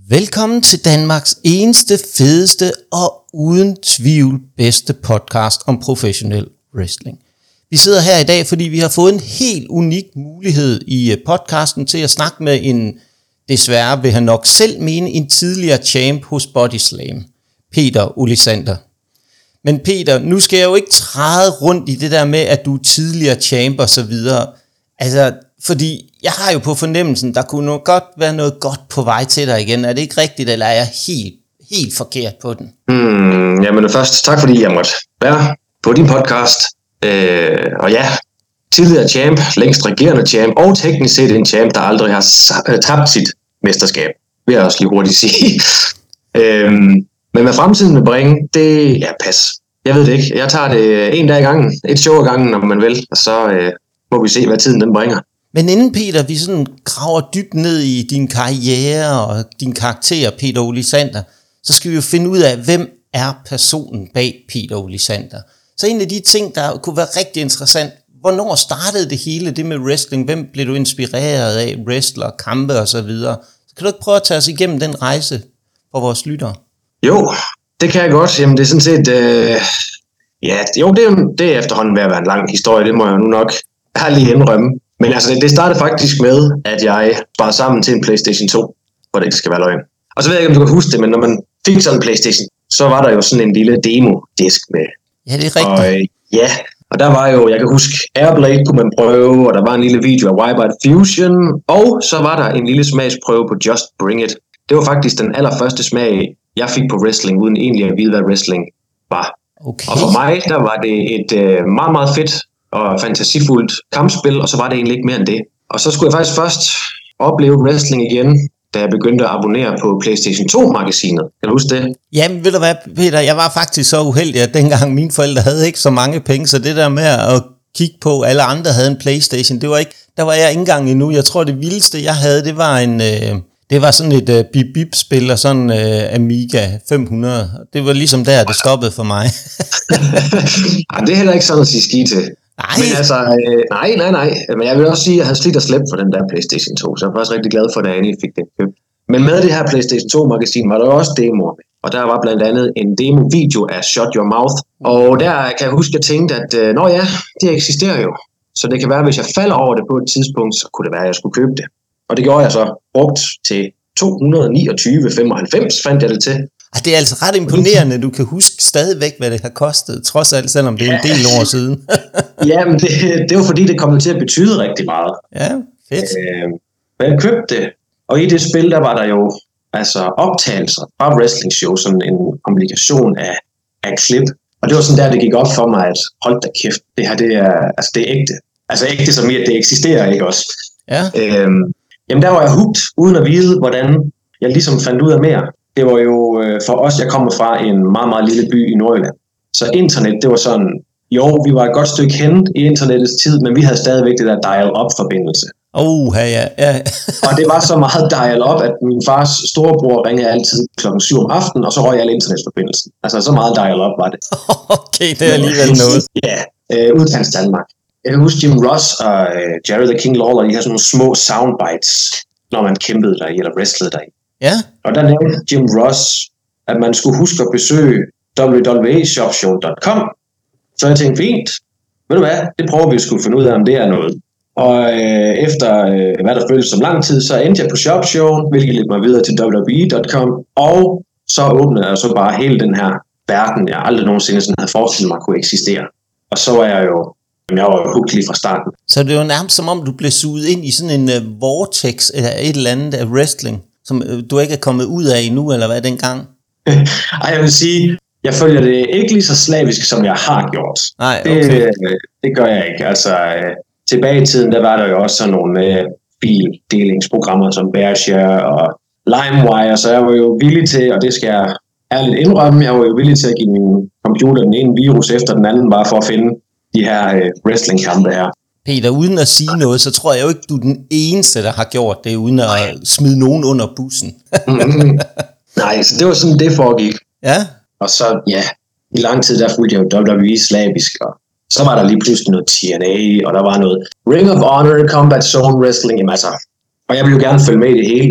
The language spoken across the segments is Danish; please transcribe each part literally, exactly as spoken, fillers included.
Velkommen til Danmarks eneste, fedeste og uden tvivl bedste podcast om professionel wrestling. Vi sidder her i dag, fordi vi har fået en helt unik mulighed i podcasten til at snakke med en, desværre vil han nok selv mene, en tidligere champ hos Bodyslam, Peter Olisander. Men Peter, nu skal jeg jo ikke træde rundt i det der med, at du er tidligere champ og så videre. Altså, fordi jeg har jo på fornemmelsen, der kunne nok godt være noget godt på vej til dig igen. Er det ikke rigtigt, eller er jeg helt, helt forkert på den? Hmm, jamen først, tak fordi jeg måtte være på din podcast. Øh, og ja, tidligere champ, længst regerende champ, og teknisk set en champ, der aldrig har tabt sit mesterskab, vil jeg også lige hurtigt sige. øh, men hvad fremtiden vil bringe, det ja, pas. Jeg ved det ikke. Jeg tager det en dag i gangen, et show i gangen, når man vil, og så øh, må vi se, hvad tiden den bringer. Men inden Peter, vi sådan graver dybt ned i din karriere og din karakter, Peter Olisander, så skal vi jo finde ud af, hvem er personen bag Peter Olisander. Så en af de ting, der kunne være rigtig interessant, hvornår startede det hele, det med wrestling? Hvem blev du inspireret af? Wrestler, kampe og så videre. Så kan du ikke prøve at tage os igennem den rejse for vores lyttere? Jo, det kan jeg godt. Jamen det er sådan set, øh, ja, jo det er, det er efterhånden ved at være en lang historie, det må jeg nu nok ærligt indrømme. Men altså, det startede faktisk med, at jeg sparede sammen til en PlayStation to, hvor det ikke skal være løgn. Og så ved jeg ikke, om du kan huske det, men når man fik sådan en PlayStation, så var der jo sådan en lille demo-disk med. Ja, det er rigtigt. Og, øh, ja, og der var jo, jeg kan huske, Airblade kunne man prøve, og der var en lille video af Wipeout Fusion, og så var der en lille smagsprøve på Just Bring It. Det var faktisk den allerførste smag, jeg fik på wrestling, uden egentlig at vide, hvad wrestling var. Okay. Og for mig, der var det et øh, meget, meget fedt og fantasifuldt kampspil, og så var det egentlig ikke mere end det. Og så skulle jeg faktisk først opleve wrestling igen, da jeg begyndte at abonnere på PlayStation to-magasinet. Kan du huske det? Jamen, ved du hvad, Peter, jeg var faktisk så uheldig, at dengang mine forældre havde ikke så mange penge, så det der med at kigge på, alle andre havde en PlayStation, det var ikke, der var jeg ikke engang endnu. Jeg tror, det vildeste, jeg havde, det var en... Øh, det var sådan et uh, bip-bip-spil og sådan uh, Amiga fem hundrede. Det var ligesom der, det stoppede for mig. Ej, det er heller ikke sådan at sige ski til. Nej. Men altså, øh, nej, nej, nej. Men jeg vil også sige, at jeg havde slidt og slæbt for den der PlayStation to, så jeg var faktisk rigtig glad for, at jeg endelig fik den købt. Men med det her PlayStation to-magasin var der også demoer med. Og der var blandt andet en demo-video af Shut Your Mouth. Og der kan jeg huske, at jeg tænkte, at øh, nå ja, det eksisterer jo. Så det kan være, at hvis jeg falder over det på et tidspunkt, så kunne det være, at jeg skulle købe det. Og det gjorde jeg så brugt til to hundrede og niogtyve komma femoghalvfems, fandt jeg det til. Ah, det er altså ret imponerende, du kan huske stadigvæk, hvad det har kostet, trods alt, selvom det er en del år siden. Jamen, det, det var fordi, det kom til at betyde rigtig meget. Ja, fedt. Øh, men jeg købte det, og i det spil, der var der jo altså optagelser fra wrestling show, sådan en komplikation af, af klip. Og det var sådan der, det gik op for mig, at hold da kæft, det her, det er, altså, det er ægte. Altså ægte som i, at det eksisterer, ikke også? Ja. Øh, jamen, der var jeg hugt, uden at vide, hvordan jeg ligesom fandt ud af mere. Det var jo øh, for os, jeg kommer fra en meget, meget lille by i Nordjylland. Så internet, det var sådan, jo, vi var et godt stykke henne i internettets tid, men vi havde stadigvæk det der dial-up-forbindelse. Oh, ja, ja, ja. Og det var så meget dial-up, at min fars storebror ringede altid klokken syv om aftenen, og så røg alle internetforbindelsen. Altså, så meget dial-up var det. Okay, det er alligevel noget. Ja, øh, udkants Danmark. Jeg kan huske Jim Ross og øh, Jerry the King Lawler, de havde sådan nogle små soundbites, når man kæmpede der eller wrestlede der. Ja. Og der nævnte Jim Ross, at man skulle huske at besøge w w w punktum shop show punktum com. Så jeg tænkte, fint, ved du hvad, det prøver vi at skulle finde ud af, om det er noget. Og øh, efter øh, hvad der føltes som lang tid, så endte jeg på ShopShow, hvilket ledte mig videre til w w w punktum com. Og så åbnede jeg så bare hele den her verden, jeg aldrig nogensinde sådan havde forestillet mig kunne eksistere. Og så var jeg jo Jeg var jo hooked lige fra starten. Så det var nærmest som om, du blev suget ind i sådan en uh, vortex eller et eller andet af wrestling, som uh, du ikke er kommet ud af endnu, eller hvad dengang? Ej, jeg vil sige, jeg følger det ikke lige så slavisk, som jeg har gjort. Nej, okay. Det, det gør jeg ikke. Altså, uh, tilbage i tiden, der var der jo også sådan nogle uh, bildelingsprogrammer som Bearshare og LimeWire, så jeg var jo villig til, og det skal jeg ærligt indrømme, jeg var jo villig til at give min computer den ene virus efter den anden, bare for at finde de her øh, wrestlingkampe her. Peter, uden at sige noget, så tror jeg jo ikke, du er den eneste, der har gjort det, uden at smide nogen under bussen. mm-hmm. Nej, så det var sådan, det foregik. Ja. Og så, ja, i lang tid, der fulgte jeg jo W W E slavisk, og så var der lige pludselig noget T N A, og der var noget Ring of Honor, Combat Zone Wrestling, jamen altså, og jeg ville jo gerne følge med i det hele.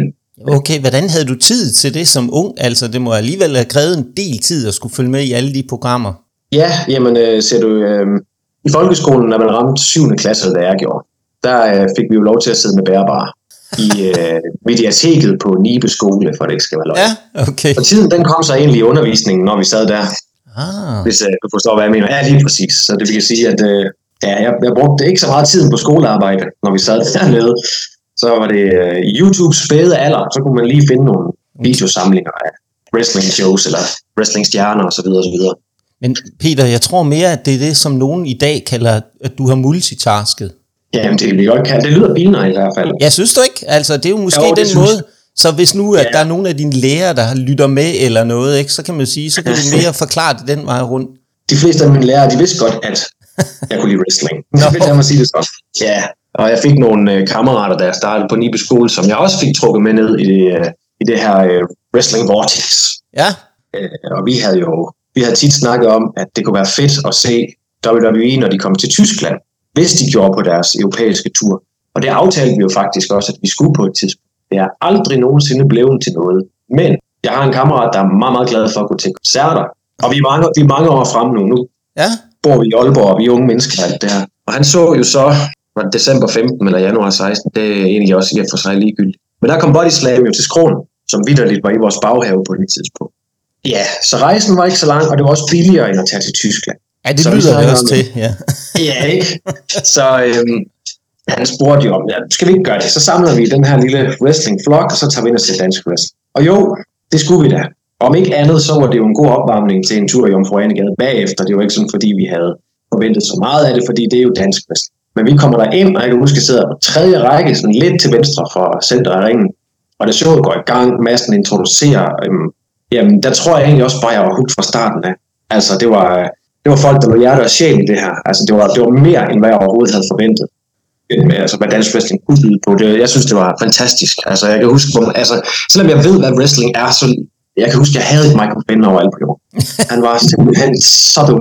Okay, hvordan havde du tid til det som ung? Altså, det må alligevel have krævet en del tid at skulle følge med i alle de programmer. Ja, jamen, øh, ser du, øh, i folkeskolen, når man ramte syvende klasse, da jeg gjorde, der øh, fik vi jo lov til at sidde med bærbare i øh, mediateket på Nibe skole, for det ikke skal være løgn. Ja, okay. Og tiden, den kom så egentlig i undervisningen, når vi sad der. Ah. Hvis øh, du forstår, hvad jeg mener. Ja, lige præcis. Så det vil sige, at øh, ja, jeg, jeg brugte ikke så meget tid på skolearbejde, når vi sad dernede. Så var det øh, i YouTubes spæde alder, så kunne man lige finde nogle videosamlinger af wrestling shows, eller wrestling stjerner osv. osv. Men Peter, jeg tror mere, at det er det, som nogen i dag kalder, at du har multitasket. Jamen, det kan vi godt kalde. Det lyder pinere i hvert fald. Jeg synes du ikke? Altså, det er jo måske jo, den måde. Så hvis nu, at ja. der er nogle af dine lærere, der lytter med eller noget, ikke, så kan man sige, så kan du mere forklare det den vej rundt. De fleste af mine lærere, de vidste godt, at jeg kunne lide wrestling. Så vil jeg mig sige det så. Ja, og jeg fik nogle øh, kammerater, da jeg startede på Nibe skole, som jeg også fik trukket med ned i det, øh, i det her øh, wrestling vortex. Ja. Øh, og vi havde jo vi havde tit snakket om, at det kunne være fedt at se W W E, når de kom til Tyskland, hvis de gjorde på deres europæiske tur. Og det aftalte vi jo faktisk også, at vi skulle på et tidspunkt. Det er aldrig nogensinde blevet til noget. Men jeg har en kammerat, der er meget, meget glad for at gå til koncerter. Og vi er mange, vi er mange år frem nu. Nu ja. bor vi i Aalborg, og vi er unge mennesker alt det her. Og han så jo så, var det december femtende eller januar sekstende, det er egentlig også i og for sig ligegyldigt. Men der kom Body Slam jo til Skråen, som vitterligt var i vores baghave på det tidspunkt. Ja, så rejsen var ikke så lang, og det var også billigere end at tage til Tyskland. Ja, det lyder det også til, ja. Ja, ikke? Så øhm, han spurgte jo om, ja, skal vi ikke gøre det? Så samler vi den her lille wrestling-vlog, og så tager vi ind og ser dansk wrestling. Og jo, det skulle vi da. Om ikke andet, så var det jo en god opvarmning til en tur i Jomfru Ane Gade bagefter. Det var ikke sådan, fordi vi havde forventet så meget af det, fordi det er jo dansk wrestling. Men vi kommer der ind, og jeg kan huske, at jeg sidder på tredje række, sådan lidt til venstre for centret af ringen. Og det showet går i gang, massen introducerer. Øhm, jamen, der tror jeg egentlig også bare, at jeg var hooked fra starten af. Altså, det var, det var folk, der var hjerte og sjæl i det her. Altså, det var, det var mere, end hvad jeg overhovedet havde forventet. Altså, hvad dansk wrestling kunne byde på. Det, jeg synes, det var fantastisk. Altså, jeg kan huske, hvor, altså, selvom jeg ved, hvad wrestling er, så jeg kan huske, at jeg havde et Michael Finn overalt på jorden. Han var simpelthen så dum.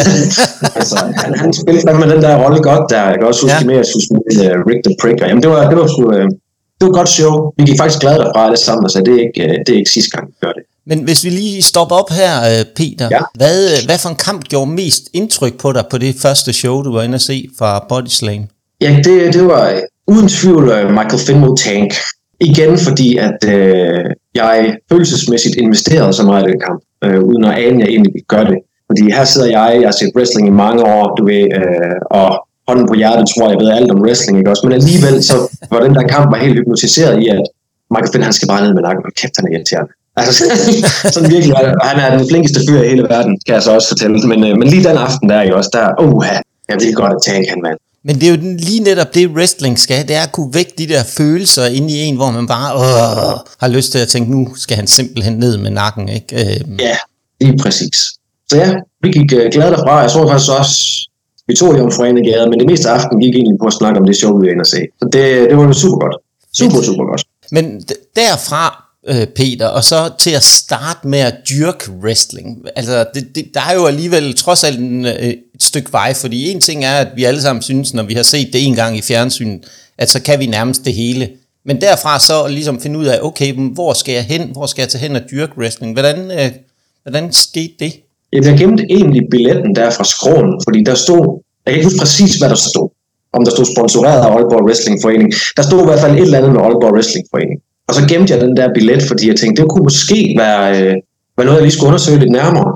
altså, han, han spillede med den der rolle godt der. Jeg kan også huske ja. mere, at jeg synes, med uh, Rick the Pricker. Jamen, det var, det var sgu, uh, det var et godt show. Vi gik faktisk glade derfra alle sammen, og sagde, det er ikke, uh, det er ikke sidste gang, vi gør det. Men hvis vi lige stopper op her, Peter. Ja. Hvad, hvad for en kamp gjorde mest indtryk på dig på det første show, du var inde at se fra Body Slam? Ja, det, det var uden tvivl uh, Michael Finn mod Tank. Igen fordi, at øh, jeg følelsesmæssigt investerede så meget i den kamp, øh, uden at ane, at jeg egentlig ville gøre det. Fordi her sidder jeg, jeg har set wrestling i mange år, du ved, øh, og hånden på hjertet tror jeg ved alt om wrestling, ikke også? Men alligevel så var den der kamp var helt hypnotiseret i, at Michael Finn, han skal bare ned med nakken, og kæft, han er irriterende. Altså, sådan virkelig, han er den flinkeste fyr i hele verden, kan jeg så også fortælle. Men, øh, men lige den aften der, ikke også, der, uh, jeg vil godt at Tank han vandt. Men det er jo lige netop det, wrestling skal. Det er at kunne vække de der følelser inde i en, hvor man bare åh, har lyst til at tænke, nu skal han simpelthen ned med nakken, ikke? Øhm. Ja, lige præcis. Så ja, vi gik uh, glade derfra. Jeg tror faktisk også, vi tog Jomfru Ane Gade, men det meste af aftenen gik egentlig på at snakke om det show, vi var inde og se. Så det, det var jo super godt. Super, super godt. Men derfra, Peter, og så til at starte med at dyrke wrestling. Altså, det, det, der er jo alligevel trods alt en, et stykke vej, fordi en ting er, at vi alle sammen synes, når vi har set det en gang i fjernsynet, at så kan vi nærmest det hele. Men derfra så ligesom finde ud af, okay, hvor skal jeg hen? Hvor skal jeg tage hen og dyrke wrestling? Hvordan, øh, hvordan skete det? Jeg gemte egentlig billetten der fra Skråen, fordi der stod, jeg kan ikke huske præcis, hvad der stod, om der stod sponsoreret af Aalborg Wrestling Forening. Der stod i hvert fald et eller andet med Aalborg Wrestling Forening. Og så gemte jeg den der billet, fordi jeg tænkte, det kunne måske være, øh, være noget, jeg lige skulle undersøge lidt nærmere.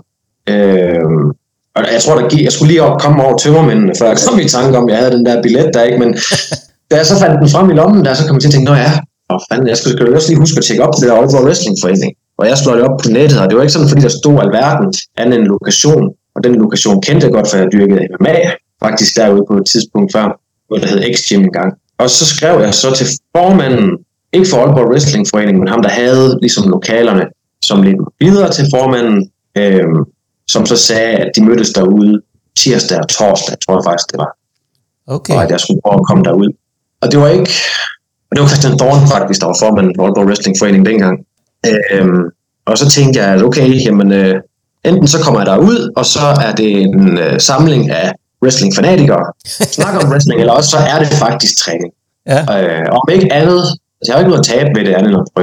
Øh, og jeg tror, der gik, jeg skulle lige op, komme over tømmermændene, før jeg kom i tanke om, at jeg havde den der billet der, ikke? Men da jeg så fandt den frem i lommen der, så kom jeg til at tænke, nå ja, for fanden, jeg skal, skal også lige huske at tjekke op på det der Aalborg Wrestling Forening. Og jeg slår det op på nettet, og det var ikke sådan, fordi der stod alverden anden en lokation. Og den lokation kendte jeg godt, for jeg dyrkede M M A, faktisk derude på et tidspunkt før, hvor der hed X-Gym engang. Og så skrev jeg så til formanden, ikke for Aalborg Wrestling Forening, men ham, der havde ligesom lokalerne, som lidt videre til formanden, øhm, som så sagde, at de mødtes derude tirsdag og torsdag, tror jeg faktisk, det var. Okay. Og at jeg skulle prøve at komme derud. Og det var ikke... Og det var Christian Thorn faktisk, der var formanden for Aalborg Wrestling Forening dengang. Øhm, og så tænkte jeg, at okay, jamen, øh, enten så kommer jeg derud, og så er det en øh, samling af wrestling-fanatikere, snakker om wrestling, eller også så er det faktisk træning. Ja. Øh, og om ikke andet, jeg har ikke noget at tabe ved det andet end at prøve det.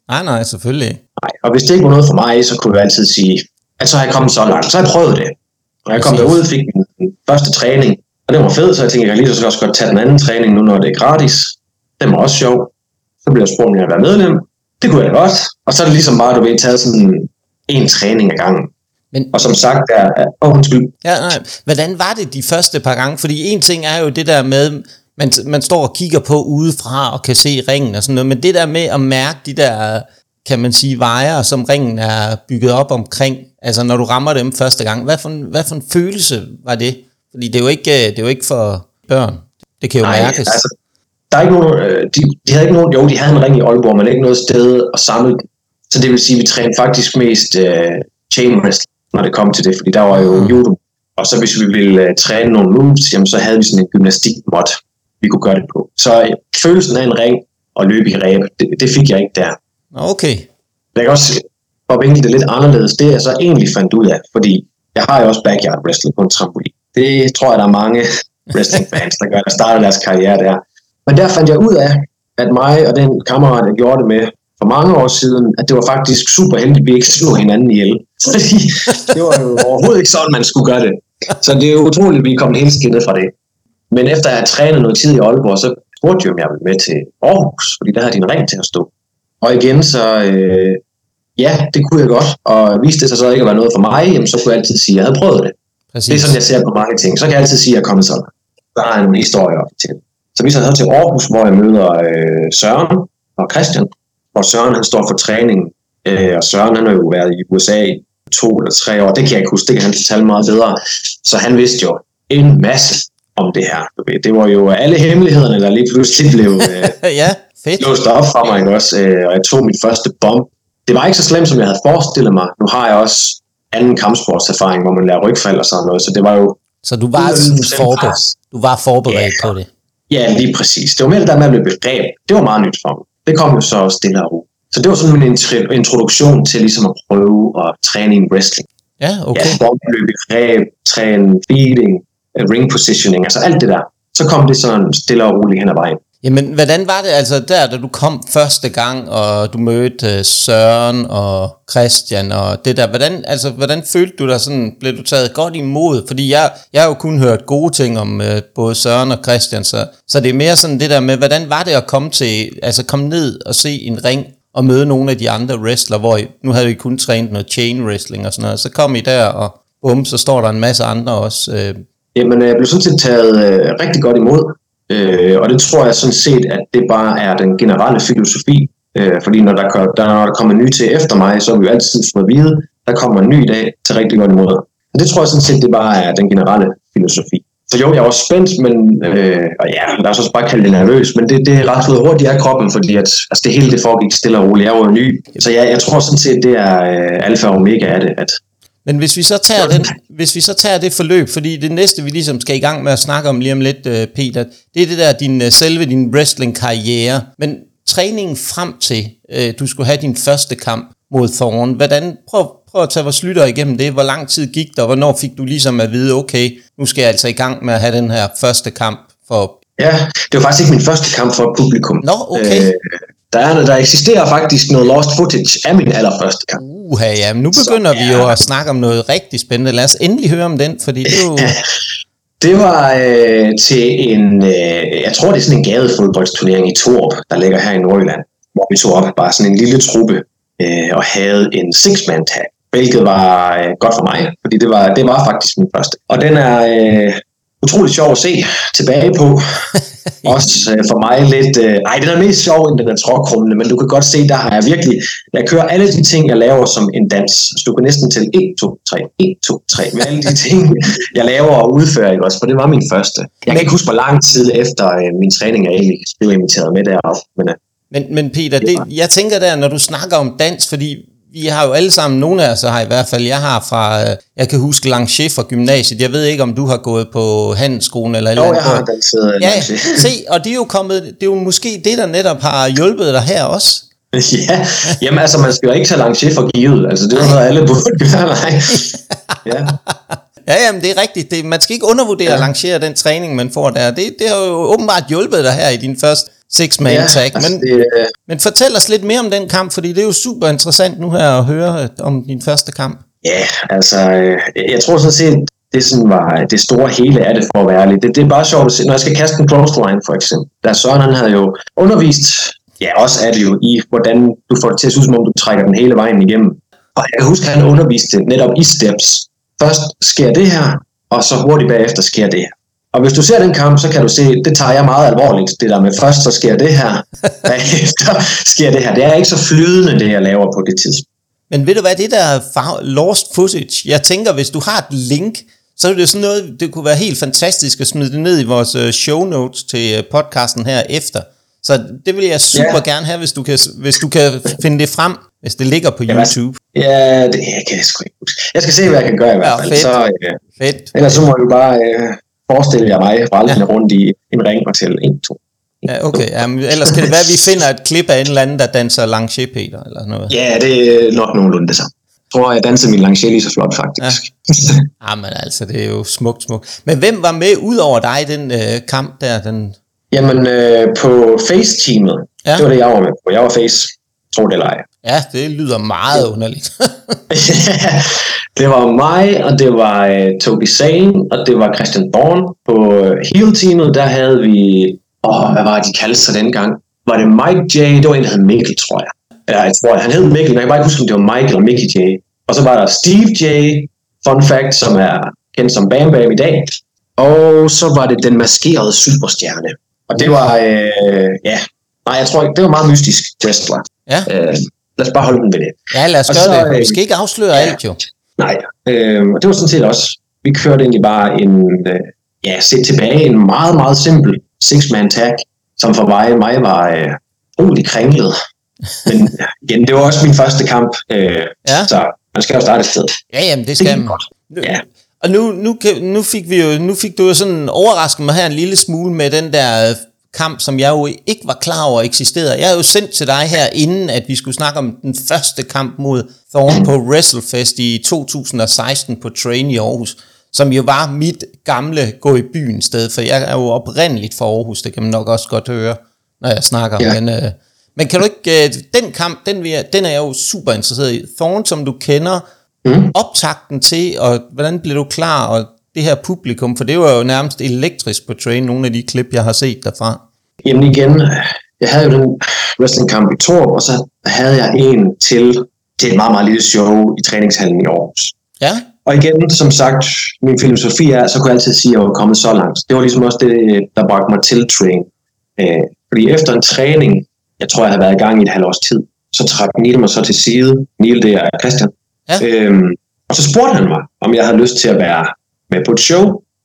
Nej, nej, selvfølgelig ikke. Nej, og hvis det ikke var noget for mig, så kunne jeg altid sige, at så har jeg kommet så langt, så har jeg prøvet det. Og jeg kom derud og fik min første træning, og det var fed, så jeg tænkte, jeg kan lige så også godt tage den anden træning nu, når det er gratis. Den var også sjov. Så blev jeg spurgt, om jeg ville være medlem. Det kunne jeg da godt. Og så er det ligesom bare, du ved, taget sådan en træning ad gangen. Men, og som sagt, der er... Åh, undskyld. Ja, nej. Hvordan var det de første par gange? Fordi en ting er jo det der med, man, man står og kigger på udefra og kan se ringen og sådan noget, men det der med at mærke de der, kan man sige, vejer, som ringen er bygget op omkring, altså når du rammer dem første gang, hvad for en, hvad for en følelse var det? Fordi det er jo ikke, det er jo ikke for børn. Det kan jo nej, mærkes. Altså, der er ikke nogen, de, de havde ikke nogen, jo, de havde en ring i Aalborg, men ikke noget sted at samle den. Så det vil sige, at vi trænede faktisk mest uh, chain wrestling, når det kom til det, fordi der var jo judo. Og så hvis vi ville uh, træne nogle moves, jamen, så havde vi sådan en gymnastik-mod, vi kunne gøre det på. Så uh, følelsen af en ring og løbe i ræb, det, det fik jeg ikke der. Okay. Jeg kan også opvinkle det lidt anderledes, det jeg så egentlig fandt ud af, fordi jeg har jo også backyard wrestling på en trampolin. Det tror jeg, der er mange wrestling-fans, der gør, der starter deres karriere der. Men der fandt jeg ud af, at mig og den kammerat, jeg gjorde det med for mange år siden, at det var faktisk super heldigt, at vi ikke slog hinanden ihjel. Fordi det var jo overhovedet ikke sådan, man skulle gøre det. Så det er jo utroligt, at vi kom helt skinnet fra det. Men efter at have trænet noget tid i Aalborg, så spurgte jeg, om jeg ville med til Aarhus, fordi der havde de en ring til at stå. Og igen så, øh, ja, det kunne jeg godt. Og viste det sig så ikke at være noget for mig, jamen, så kunne jeg altid sige, at jeg havde prøvet det. Præcis. Det er sådan, jeg ser på mange ting. Så kan jeg altid sige, at jeg er kommet sådan. Der er en historie op til. Så vi så havde til Aarhus, hvor jeg møder øh, Søren og Christian. Og Søren, han står for træning. Øh, og Søren, han har jo været i U S A i to eller tre år. Det kan jeg ikke huske, det kan han fortælle meget bedre. Så han vidste jo en masse om det her. Det var jo alle hemmelighederne, der lige pludselig blev øh, ja, fedt. låst op fra mig, ikke også? Øh, og jeg tog min første bomb. Det var ikke så slemt, som jeg havde forestillet mig. Nu har jeg også anden kampsportserfaring, hvor man lærer rygfald og sådan noget. Så det var jo... Så du var sådan forberedt, du var forberedt ja, på det? Ja, lige præcis. Det var mere det der med at blive begreb. Det var meget nyt for mig. Det kom jo så stille og ro. Så det var sådan min introduktion til ligesom at prøve at træne i wrestling. Ja, okay. Ja, bombløb, begreb, træne, feeding, ring positioning, altså alt det der. Så kom det sådan stille og roligt hen ad vejen. Jamen, hvordan var det altså der, da du kom første gang, og du mødte Søren og Christian og det der, hvordan, altså, hvordan følte du dig sådan, blev du taget godt imod? Fordi jeg, jeg har jo kun hørt gode ting om uh, både Søren og Christian, så, så det er mere sådan det der med, hvordan var det at komme til, altså komme ned og se en ring og møde nogle af de andre wrestler, hvor I, nu havde vi kun trænet noget chain wrestling og sådan noget, så kom I der, og bum, så står der en masse andre også. Øh. Jamen, jeg blev sådan set taget øh, rigtig godt imod. Øh, og det tror jeg sådan set, at det bare er den generelle filosofi. Øh, fordi når der, der, når der kommer ny til efter mig, så har vi jo altid fået at vide, der kommer en ny dag til rigtig godt imod. Og det tror jeg sådan set, det bare er den generelle filosofi. Så jo, jeg var spændt, men øh, og ja, lad os også bare kalde det nervøs, men det, det er ret hurtigt af kroppen, fordi at, altså det hele det foregik stille og roligt. Jeg var jo ny, så ja, jeg tror sådan set, det er øh, alfa og omega af det, at Men hvis vi så tager den, hvis vi så tager det forløb, fordi det næste vi ligesom skal i gang med at snakke om lige om lidt, Peter, det er det der din selve din wrestling karriere, men træningen frem til du skulle have din første kamp mod Thorne. Hvordan prøv, prøv at tage vores lytter igennem det. Hvor lang tid gik der? Hvornår fik du ligesom at vide, okay, nu skal jeg altså i gang med at have den her første kamp for. Ja, det var faktisk ikke min første kamp for publikum. Nå, okay. Øh, Der, er, der eksisterer faktisk noget lost footage af min allerførste kamp. Uha, ja, men nu begynder så, vi jo at snakke om noget rigtig spændende. Lad os endelig høre om den, fordi det er jo... Det var øh, til en, øh, jeg tror det er sådan en gadefodboldsturnering i Torup, der ligger her i Nordjylland, hvor vi tog op bare sådan en lille truppe øh, og havde en six-man tag, hvilket var øh, godt for mig, fordi det var, det var faktisk min første. Og den er øh, utrolig sjov at se tilbage på. Også øh, for mig lidt, øh, ej, den er mest sjov, end den er trådkrummende, men du kan godt se, der har jeg virkelig, jeg kører alle de ting, jeg laver som en dans. Så du kan næsten til en, to, tre, en, to, tre, med alle de ting, jeg laver og udfører, ikke også, for det var min første. Jeg kan ikke huske, hvor lang tid efter øh, min træning, jeg egentlig blev inviteret med deroppe. Men, øh, men, men Peter, det, jeg tænker der, når du snakker om dans, fordi vi har jo alle sammen, nogle af os har i hvert fald, jeg har fra, jeg kan huske Lanché fra gymnasiet, jeg ved ikke om du har gået på handelsskolen eller eller andet. Jo, jeg har danset ja, se, og det er jo kommet, det er jo måske det, der netop har hjulpet dig her også. Ja, jamen altså man skal jo ikke tage Lanché for givet, altså det er jo noget alle burde gøre, nej. Ja. Ja, jamen det er rigtigt, det, man skal ikke undervurdere ja. Lanché den træning, man får der, det, det har jo åbenbart hjulpet dig her i din første, six-man ja, tag. altså, Men, det, men fortæl os lidt mere om den kamp, fordi det er jo super interessant nu her at høre om din første kamp. Ja, altså, jeg tror sådan set, det sådan var det store hele af det, for at være ærlig. Det, det er bare sjovt at se, når jeg skal kaste en clothesline for eksempel. Der Søren, han havde jo undervist, ja også er det jo, i hvordan du får det til at se ud, som om du trækker den hele vejen igennem. Og jeg husker, han underviste netop i steps. Først sker det her, og så hurtigt bagefter sker det her. Og hvis du ser den kamp, så kan du se, det tager jeg meget alvorligt. Det der med først, så sker det her, bagefter sker det her. Det er ikke så flydende, det jeg laver på det tidspunkt. Men ved du hvad, det der lost footage, jeg tænker, hvis du har et link, så er det sådan noget, det kunne være helt fantastisk at smide det ned i vores show notes til podcasten her efter. Så det vil jeg super ja. gerne have, hvis du, kan, hvis du kan finde det frem, hvis det ligger på YouTube. Ja, det kan jeg sgu ikke huske. Jeg skal se, hvad jeg kan gøre i hvert fald. Ja, fedt. Så, ja. fedt. Ellers så må du bare øh, forestille jer mig brallende ja. rundt i en ring og til en, to. Ja, okay. Jamen, ellers kan det være, at vi finder et klip af en eller anden, der danser Lancier Peter, eller noget. Ja, det er nok nogenlunde det samme. Jeg tror, jeg danser min Lancier lige så flot, faktisk. Ja. Jamen altså, det er jo smukt, smukt. Men hvem var med ud over dig, den øh, kamp der? Den... Jamen, øh, på Face-teamet, ja. det var det, jeg var med på. Jeg var Face, tror det eller ej. Ja, det lyder meget ja. underligt. Det var mig, og det var uh, Toby Sane, og det var Christian Thorne. På uh, heel-teamet, der havde vi... Åh, hvad var det, de kaldte sig dengang? Var det Mike J? Det var en, der hed Mikkel, tror jeg. Ja, jeg tror, han hed Mikkel, men jeg kan bare ikke huske, om det var Michael eller Mickey J. Og så var der Steve J, fun fact, som er kendt som Bam Bam i dag. Og så var det den maskerede superstjerne. Og det var, øh, ja... Nej, jeg tror ikke, det var meget mystisk wrestler. Ja. Øh, lad os bare holde den ved det. Ja, lad os gøre det. Vi skal ikke afsløre ja, alt, jo. Nej, øh, og det var sådan set også... Vi kørte egentlig bare en... Øh, ja, set tilbage en meget, meget simpel six-man tag, som for mig, mig var øh, roligt kringlet. Men igen, det var også min første kamp, øh, ja. Så man skal jo starte et sted. Ja, jamen det skal man. Ja. Og nu, nu, nu, fik vi jo, nu fik du jo sådan overrasket mig her en lille smule med den der kamp, som jeg jo ikke var klar over eksisterede. Jeg havde jo sendt til dig her, inden at vi skulle snakke om den første kamp mod Thorne på WrestleFest i to tusind og seksten på Train i Aarhus, som jo var mit gamle gå i byen sted, for jeg er jo oprindeligt fra Aarhus, det kan man nok også godt høre, når jeg snakker. Ja. Men, øh, men kan du ikke, øh, den kamp, den, vil jeg, den er jeg jo super interesseret i. Thorne, som du kender, mm. optakten til, og hvordan blev du klar, og det her publikum, for det var jo nærmest elektrisk på Train, nogle af de klip, jeg har set derfra. Jamen igen, jeg havde jo den wrestlingkamp i Torp, og så havde jeg en til, til et meget, meget lille show i træningshallen i Aarhus. Ja. Og igen, som sagt, min filosofi er, så kunne jeg altid sige, at jeg var kommet så langt. Det var ligesom også det, der bragte mig til Train. Øh, fordi efter en træning, jeg tror, jeg havde været i gang i et halvt års tid, så trak Neil mig så til side. Neil, det er Christian. Ja. Øhm, og så spurgte han mig, om jeg havde lyst til at være med på et show.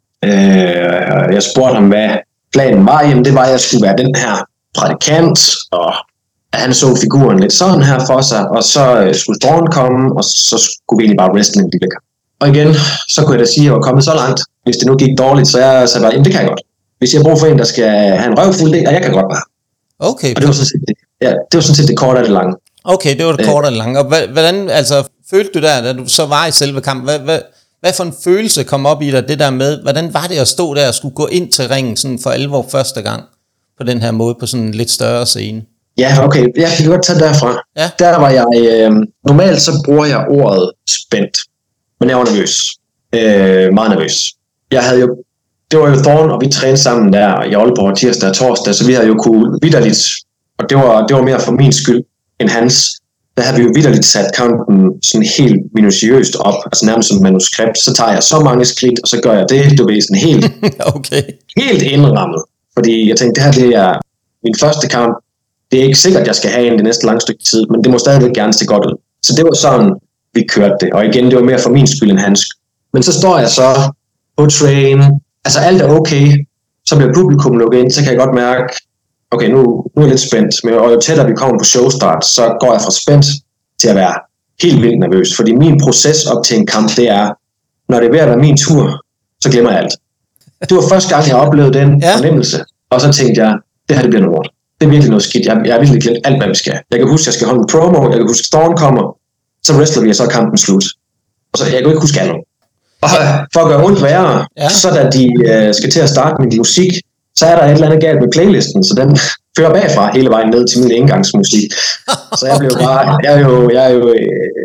Øh, jeg spurgte ham, hvad planen var. Jamen, det var, at jeg skulle være den her prædikant, og han så figuren lidt sådan her for sig, og så skulle Thorne komme, og så skulle vi egentlig bare wrestle en lille kamp. Og igen, så kunne jeg da sige, at jeg var kommet så langt. Hvis det nu gik dårligt, så jeg sagde bare, jamen det kan jeg godt. Hvis jeg bruger for en, der skal have en røvfuld det, og jeg kan godt bare. Okay. Og det var sådan set det, ja, det, var sådan set det korte og det lange. Okay, det var det korte og det lange. Og hvordan, altså, følte du der, da du så var i selve kampen, hvad, hvad, hvad for en følelse kom op i dig, det der med, hvordan var det at stå der og skulle gå ind til ringen sådan for alvor første gang, på den her måde, på sådan en lidt større scene? Ja, okay, jeg kan godt tage derfra. Ja. Der var jeg, øh, normalt så bruger jeg ordet spændt, men jeg var nervøs. Øh, meget nervøs. Jeg havde jo, det var jo Thorne, og vi trænede sammen der i Aalborg tirsdag og torsdag, så vi havde jo kunne vitterligt, og det var, det var mere for min skyld end hans, der havde vi jo vitterligt sat kampen sådan helt minutiøst op, altså nærmest som manuskript, så tager jeg så mange skridt, og så gør jeg det, du ved, sådan helt, okay. helt indrammet. Fordi jeg tænkte, det her det er min første kamp, det er ikke sikkert, at jeg skal have en det næste lange stykke tid, men det må stadigvæk gerne se godt ud. Så det var sådan, vi kørte det. Og igen, det var mere for min skyld end hans. Men så står jeg så på Train. Altså alt er okay. Så bliver publikum lukket ind, så kan jeg godt mærke, okay, nu, nu er jeg lidt spændt. Men og jo tættere vi kommer på showstart, så går jeg fra spændt til at være helt vildt nervøs. Fordi min proces op til en kamp, det er, når det er ved at være min tur, så glemmer jeg alt. Det var første gang, jeg oplevede den ja. fornemmelse. Og så tænkte jeg, det her det bliver noget lort. Det er virkelig noget skidt. Jeg, jeg har virkelig glemt alt, hvad vi skal. Jeg kan huske, at jeg skal holde en promo. Jeg kan huske, at Thorne kommer. Så wrestler vi, og så er kampen slut. Og så jeg kan ikke huske alt. Og for at gøre ondt værre, ja. så da de uh, skal til at starte med musik, så er der et eller andet galt med playlisten, så den fører bagfra hele vejen ned til min indgangsmusik. Så jeg blev bare, jeg er jo, jeg er jo,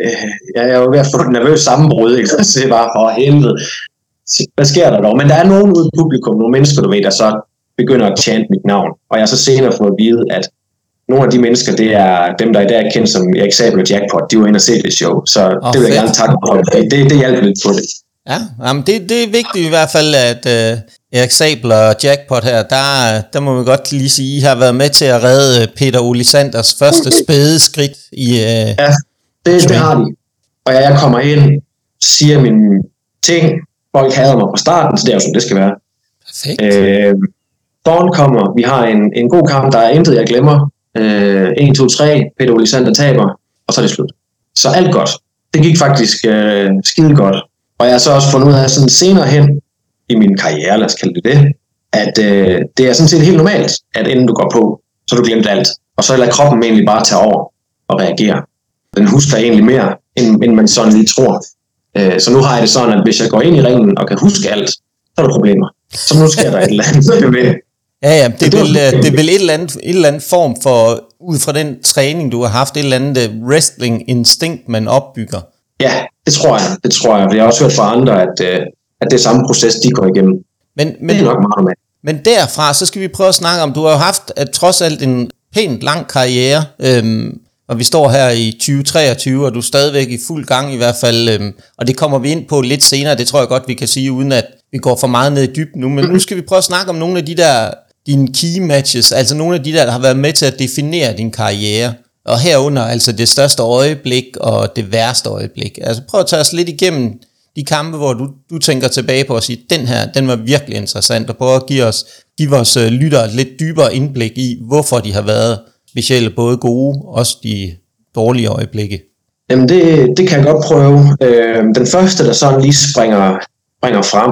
jeg er jo ved at få et nervøst sammenbrud, ikke? Så det er bare for helvede. Hvad sker der dog? Men der er nogen ude i publikum, nogle mennesker, du ved, der så begynder at chante mit navn. Og jeg har så senere fået at vide, at nogle af de mennesker, det er dem, der i dag er kendt som Erik Sabel og Jackpot, de var inde og se det show. Så oh, det vil jeg fedt. gerne takke for. Det, det hjælper lidt på det. Ja, jamen det, det er vigtigt i hvert fald, at uh, Erik Sabel og Jackpot her, der, der må vi godt lige sige, I har været med til at redde Peter Olisanders første spæde skridt i... Uh, ja, det, det har de. Og jeg kommer ind, siger mine ting, folk hader mig fra starten, så det er jo som det skal være. Perfekt. Øh, Dawn kommer, vi har en, en god kamp, der er intet, jeg glemmer. Øh, en, to, tre, Peter Olisander taber, og så er det slut. Så alt godt. Det gik faktisk øh, skide godt. Og jeg har så også fundet ud af sådan senere hen i min karriere, lad os kalde det det, at øh, det er sådan set helt normalt, at inden du går på, så har du glemt alt. Og så lader kroppen egentlig bare tage over og reagere. Den husker egentlig mere, end, end man sådan lige tror. Øh, så nu har jeg det sådan, at hvis jeg går ind i ringen og kan huske alt, så er der problemer. Så nu sker der et eller andet. Ja, ja, det er vel, det er vel et, eller andet, et eller andet form for, ud fra den træning, du har haft, et eller andet wrestling-instinkt, man opbygger. Ja, det tror jeg. Det tror jeg. Jeg har også hørt fra andre, at, at det er samme proces, de går igennem. Men, men, det er nok meget med. Men derfra, så skal vi prøve at snakke om, du har jo haft at, trods alt en pænt lang karriere, øhm, og vi står her i tyve treogtyve, og du er stadigvæk i fuld gang i hvert fald, øhm, og det kommer vi ind på lidt senere, det tror jeg godt, vi kan sige, uden at vi går for meget ned i dybden nu, men nu skal vi prøve at snakke om nogle af de der, dine key matches, altså nogle af de der, der har været med til at definere din karriere, og herunder altså det største øjeblik og det værste øjeblik. Altså prøv at tage os lidt igennem de kampe, hvor du, du tænker tilbage på at sige, den her, den var virkelig interessant, og prøve at give os, give vores uh, lyttere et lidt dybere indblik i, hvorfor de har været specielle, både gode, også de dårlige øjeblikke. Jamen det, det kan jeg godt prøve. Øh, den første, der sådan lige springer, springer frem,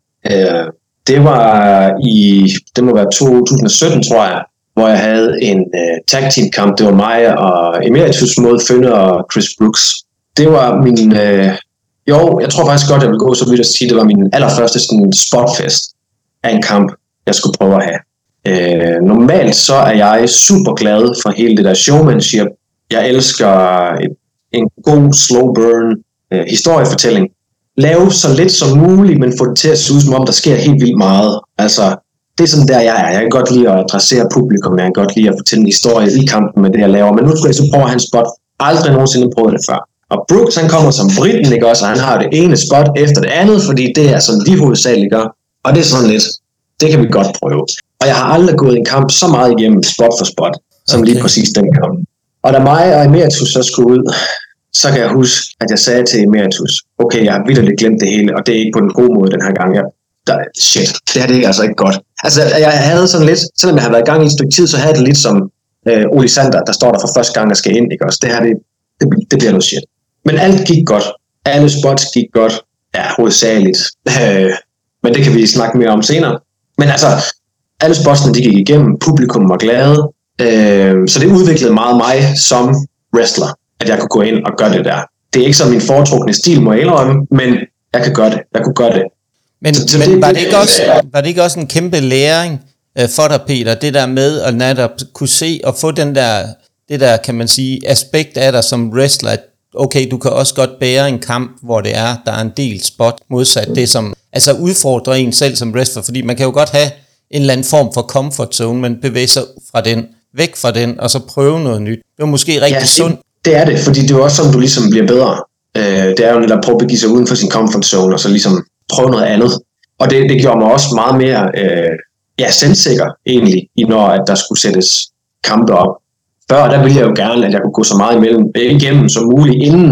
øh, det var i, det må være to tusind sytten, tror jeg, hvor jeg havde en uh, tag team kamp. Det var mig og Emeritus mod Fønne og Chris Brooks. Det var min, uh, jo, jeg tror faktisk godt, jeg vil gå så vidt at sige, det var min allerførste sådan, spotfest af en kamp, jeg skulle prøve at have. Uh, normalt så er jeg super glad for hele det der showmanship. Jeg elsker et, en god slow burn uh, historiefortælling. Lave så lidt som muligt, men få det til at se ud, som om der sker helt vildt meget. Altså, det er sådan der, jeg er. Jeg kan godt lide at adressere publikum. Jeg kan godt lide at fortælle en historie i kampen med det, jeg laver. Men nu skulle jeg så prøve at have en spot. Aldrig nogensinde prøvet det før. Og Brooks, han kommer som britten, ikke også? Og han har det ene spot efter det andet, fordi det er sådan de hovedsageligt gør. Og det er sådan lidt, det kan vi godt prøve. Og jeg har aldrig gået en kamp så meget igennem spot for spot, som okay. lige præcis den kamp. Og da mig og Emeritus så skulle ud, så kan jeg huske, at jeg sagde til Emeritus, okay, jeg har vitterligt glemt det hele, og det er ikke på den gode måde den her gang. Jeg, der, shit, det her det er altså ikke godt. Altså, jeg havde sådan lidt, selvom jeg havde været i gang i et stykke tid, så havde det lidt som øh, Olisander, der står der for første gang, der skal ind, ikke også? Det her, det, det, det bliver noget shit. Men alt gik godt. Alle spots gik godt. Ja, hovedsageligt. Øh, men det kan vi snakke mere om senere. Men altså, alle spotsene, de gik igennem. Publikum var glade. Øh, så det udviklede meget mig som wrestler, at jeg kunne gå ind og gøre det der. Det er ikke så min foretrukne stil, må jeg indrømme, men jeg kan gøre det. Jeg kunne gøre det. Men, så, så men det, var, det ikke også, var det ikke også en kæmpe læring øh, for dig, Peter, det der med at netop kunne se og få den der, det der, kan man sige, aspekt af dig som wrestler, at okay, du kan også godt bære en kamp, hvor det er, der er en del spot, modsat det, som altså udfordrer en selv som wrestler, fordi man kan jo godt have en eller anden form for comfort zone, men bevæge sig fra den, væk fra den, og så prøve noget nyt. Det er måske rigtig ja, sundt. Det er det, fordi det er også sådan, du ligesom bliver bedre. Øh, det er jo netop at prøve at begive sig uden for sin comfort zone, og så ligesom prøve noget andet. Og det, det gjorde mig også meget mere øh, ja, selvsikker egentlig, i når at der skulle sættes kampe op. Før der ville jeg jo gerne, at jeg kunne gå så meget imellem, igennem som muligt inden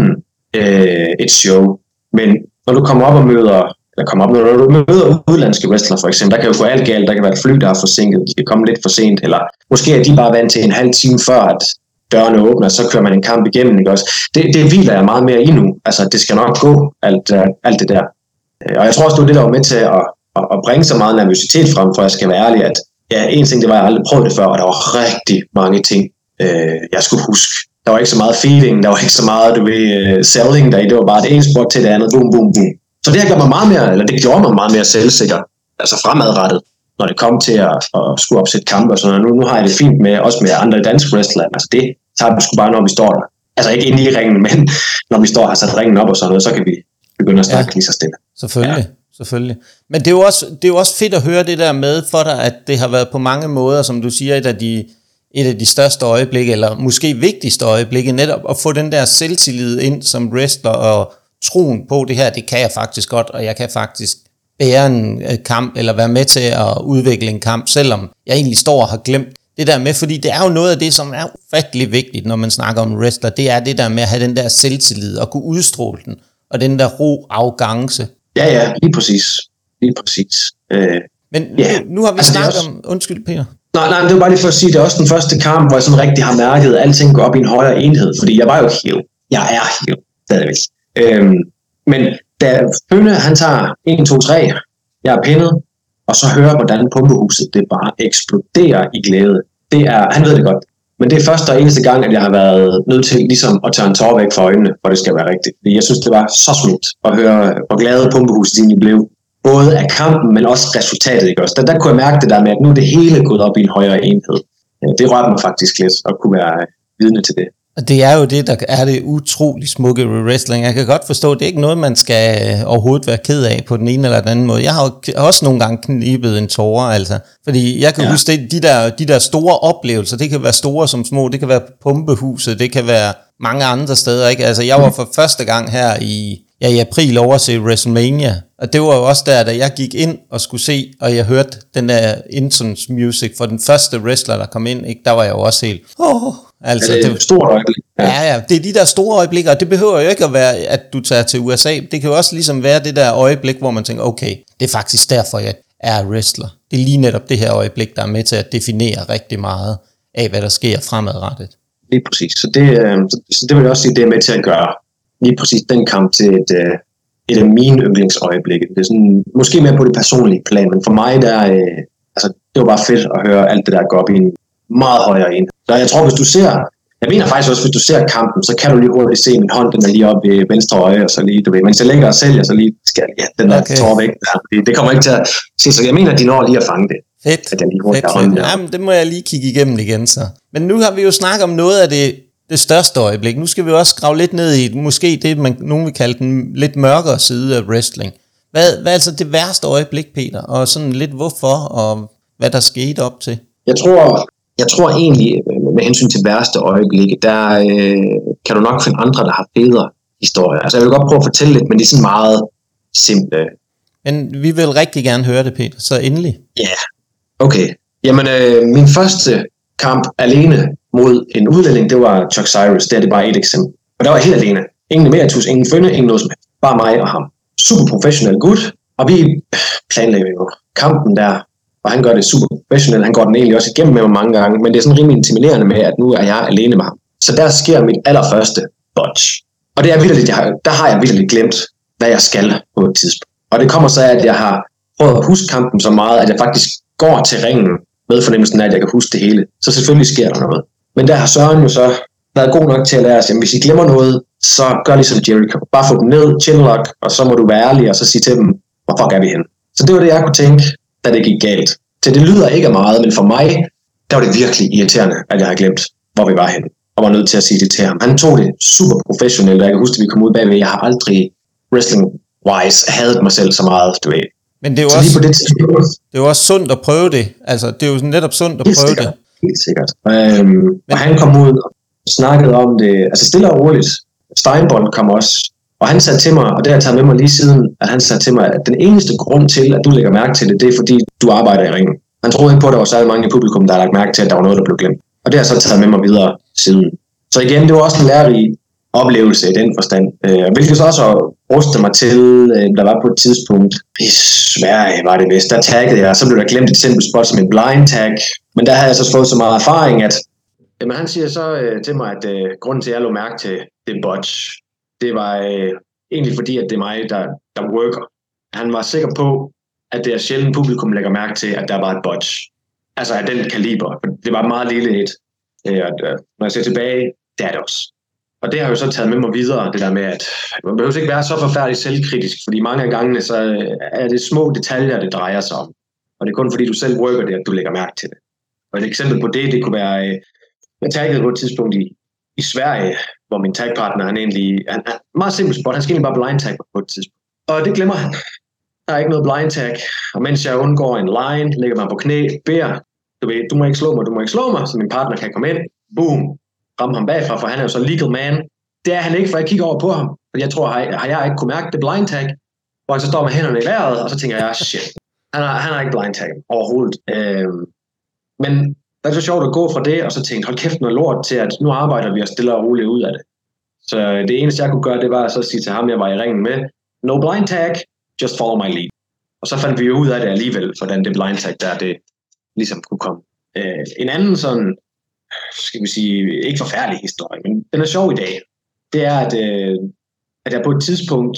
øh, et show. Men når du kommer op og møder, eller kommer op, når du møder udlandske wrestlere for eksempel, der kan jo gå alt galt, der kan være et fly, der er forsinket, de kan komme lidt for sent, eller måske er de bare vant til en halv time før, at dørene åbner, så kører man en kamp igennem, ikke også? Det, det hviler jeg meget mere i nu. Altså, det skal nok gå, alt, uh, alt det der. Og jeg tror også, det var det, der var med til at, at, at bringe så meget nervøsitet frem, for jeg skal være ærlig, at ja, en ting, det var, at jeg aldrig prøvet det før, og der var rigtig mange ting, øh, jeg skulle huske. Der var ikke så meget feeling, der var ikke så meget, du ved, uh, selling der i, det var bare det ene spot til det andet, boom, boom, boom. Så det har gjort mig meget mere, eller det gjorde mig meget mere selvsikker, altså fremadrettet. når det kom til at, at skulle opsætte kampe og sådan noget. Nu, nu har jeg det fint med, også med andre danske wrestlere. Altså det tager vi sgu bare, når vi står der. Altså ikke inde i ringen, men når vi står og har sat ringen op og sådan noget, så kan vi begynde at snakke ja, lige så stille. Selvfølgelig, ja. selvfølgelig. Men det er, jo også, det er jo også fedt at høre det der med for dig, at det har været på mange måder, som du siger, et af de, et af de største øjeblikke, eller måske vigtigste øjeblikke, netop at få den der selvtillid ind som wrestler, og troen på det her, det kan jeg faktisk godt, og jeg kan faktisk bære en kamp, eller være med til at udvikle en kamp, selvom jeg egentlig står og har glemt det der med, fordi det er jo noget af det, som er ufattelig vigtigt, når man snakker om wrestler, det er det der med at have den der selvtillid, og kunne udstråle den, og den der ro arrogance. Ja, ja, lige præcis. Lige præcis. Øh, Men ja. nu, nu har vi altså, snakket også om... Undskyld, Peter. Nej, nej, det var bare lige for at sige, det er også den første kamp, hvor jeg sådan rigtig har mærket, at alting går op i en højere enhed, fordi jeg var jo heel. Jeg er heel, stadigvæk. Øhm, men da Fønne, han tager en, to, tre, jeg er pindet, og så hører, hvordan pumpehuset, det bare eksploderer i glæde. Det er, han ved det godt. Men det er første og eneste gang, at jeg har været nødt til ligesom at tage en tår væk fra øjnene, for det skal være rigtigt. Jeg synes, det var så smukt at høre, hvor glade pumpehuset egentlig blev. Både af kampen, men også resultatet. Ikke også? Der, der kunne jeg mærke det der med, at nu er det hele gået op i en højere enhed. Det rørte mig faktisk lidt at kunne være vidne til det. Og det er jo det, der er det utrolig smukke ved wrestling. Jeg kan godt forstå, at det er ikke noget, man skal overhovedet være ked af på den ene eller den anden måde. Jeg har jo også nogle gange knibet en tårer, altså. Fordi jeg kan ja. huske, det, de, der, de der store oplevelser, det kan være store som små, det kan være pumpehuset, det kan være mange andre steder, ikke? Altså, jeg var for første gang her i, ja, i april over til WrestleMania, og det var jo også der, da jeg gik ind og skulle se, og jeg hørte den der entrance music for den første wrestler, der kom ind, ikke? Der var jeg jo også helt, åh, altså, ja, det er et stort øjeblik. Ja. ja, ja, det er de der store øjeblikker, og det behøver jo ikke at være, at du tager til U S A. Det kan jo også ligesom være det der øjeblik, hvor man tænker, okay, det er faktisk derfor, jeg er wrestler. Det er lige netop det her øjeblik, der er med til at definere rigtig meget af, hvad der sker fremadrettet. Lige præcis. Så det, så det vil jeg også sige, det er med til at gøre lige præcis den kamp til et, et af mine yndlingsøjeblikke. Det er sådan, måske mere på det personlige plan, men for mig, der, altså, det var bare fedt at høre alt det der gå op i en meget højere en. Så jeg tror, hvis du ser, jeg mener faktisk også, hvis du ser kampen, så kan du lige hurtigt se min hånd, den er lige oppe i venstre øje, og så lige, du ved, mens jeg lægger og sælger, så lige skal jeg, ja, den der okay. tår væk. Det kommer ikke til at se, så jeg mener, at de når lige at fange det. Fedt, at jeg lige fedt, fedt. Jamen, det må jeg lige kigge igennem igen så. Men nu har vi jo snakket om noget af det, det største øjeblik. Nu skal vi også grave lidt ned i, måske det, man nogen vil kalde den lidt mørkere side af wrestling. Hvad, hvad er altså det værste øjeblik, Peter? Og sådan lidt hvorfor, og hvad der skete op til? Jeg tror, jeg tror egentlig, med hensyn til værste øjeblikke, der øh, kan du nok finde andre, der har federe historier. Altså jeg vil godt prøve at fortælle lidt, men det er sådan meget simple. Men vi vil rigtig gerne høre det, Peter, så endelig. Ja, yeah. Okay. Jamen, øh, min første kamp alene mod en udlænding, det var Chuck Cyrus. Det er det bare et eksempel. Og der var helt alene. Ingen emeritus, ingen Fønne, ingen noget som helst. Bare mig og ham. Super professionel gut. Og vi planlægger jo kampen der, og han gør det super professionelt. Han går den egentlig også igennem med mig mange gange, men det er sådan rimelig intimiderende med, at nu er jeg alene med ham. Så der sker mit allerførste botch. Og det er vitterligt, jeg har, der har jeg vitterligt glemt, hvad jeg skal på et tidspunkt. Og det kommer så af, at jeg har prøvet at huske kampen så meget, at jeg faktisk går til ringen med fornemmelsen af, at jeg kan huske det hele. Så selvfølgelig sker der noget. Men der har Søren jo så været god nok til at lære os, at hvis I glemmer noget, så gør ligesom Jericho. Bare få dem ned, chinlock, og så må du være ærlig, og så sige til dem, hvor fuck er vi hen? Så det var det, jeg kunne tænke, da det gik galt. Så det lyder ikke meget, men for mig, der var det virkelig irriterende, at jeg havde glemt, hvor vi var hen, og var nødt til at sige det til ham. Han tog det super professionelt, og jeg kan huske, at vi kom ud bagved. Jeg har aldrig wrestling-wise hadet mig selv så meget, du ved. Men det er, jo også, det, det er jo også sundt at prøve det. Altså, det er jo netop sundt at prøve det. Helt sikkert. Øhm, Men, og han kom ud og snakkede om det, altså stille og roligt. Steinbond kom også, og han sagde til mig, og det har jeg taget med mig lige siden, at han sagde til mig, at den eneste grund til, at du lægger mærke til det, det er fordi, du arbejder i ringen. Han troede ikke på, at der var særlig mange i publikum, der har lagt mærke til, at der var noget, der blev glemt. Og det har jeg så taget med mig videre siden. Så igen, det var også en lærerig oplevelse i den forstand, øh, hvilket så også rustede mig til, øh, der var på et tidspunkt i Sverige, var det vist, der taggede jeg, så blev der glemt et simpelt spot som en blind tag, men der havde jeg så fået så meget erfaring, at jamen, han siger så øh, til mig, at øh, grunden til, at jeg lå mærke til det botch, det var øh, egentlig fordi, at det er mig, der, der worker. Han var sikker på, at det er sjældent publikum lægger mærke til, at der var et botch. Altså af den kaliber. Det var meget lille et. Øh, øh, når jeg ser tilbage, det er det også. Og det har jo så taget med mig videre, det der med, at man behøver ikke være så forfærdeligt selvkritisk, fordi mange af gangene, så er det små detaljer, det drejer sig om. Og Og det er kun fordi, du selv worker det, at du lægger mærke til det. Og et eksempel på det, det kunne være, øh, jeg taggede på et tidspunkt i, i Sverige, hvor min tagpartner, han egentlig, han er meget simpelt spot, han skal egentlig bare blind tag på et tidspunkt. Og det glemmer han. Der er ikke noget blind tag. Og mens jeg undgår en line, lægger mig på knæ, beder, du ved, du må ikke slå mig, du må ikke slå mig, så min partner kan komme ind, boom, ramme ham bagfra, for han er jo så legal man. Det er han ikke, for jeg kigger over på ham. For jeg tror, har jeg, har jeg ikke kunne mærke det blind tag, hvor han så står med hænderne i vejret, og så tænker jeg, shit, han har, han har ikke blind tag overhovedet. Øhm, men det er så sjovt at gå fra det, og så tænke, hold kæft noget lort til, at nu arbejder vi og stiller og roligt ud af det. Så det eneste, jeg kunne gøre, det var så at sige til ham, jeg var i ringen med, no blind tag, just follow my lead. Og så fandt vi jo ud af det alligevel, hvordan det blind tag der, det ligesom kunne komme. Øh, en anden sådan, skal vi sige, ikke forfærdelig historie, men den er sjov i dag. Det er, at, øh, at jeg på et tidspunkt,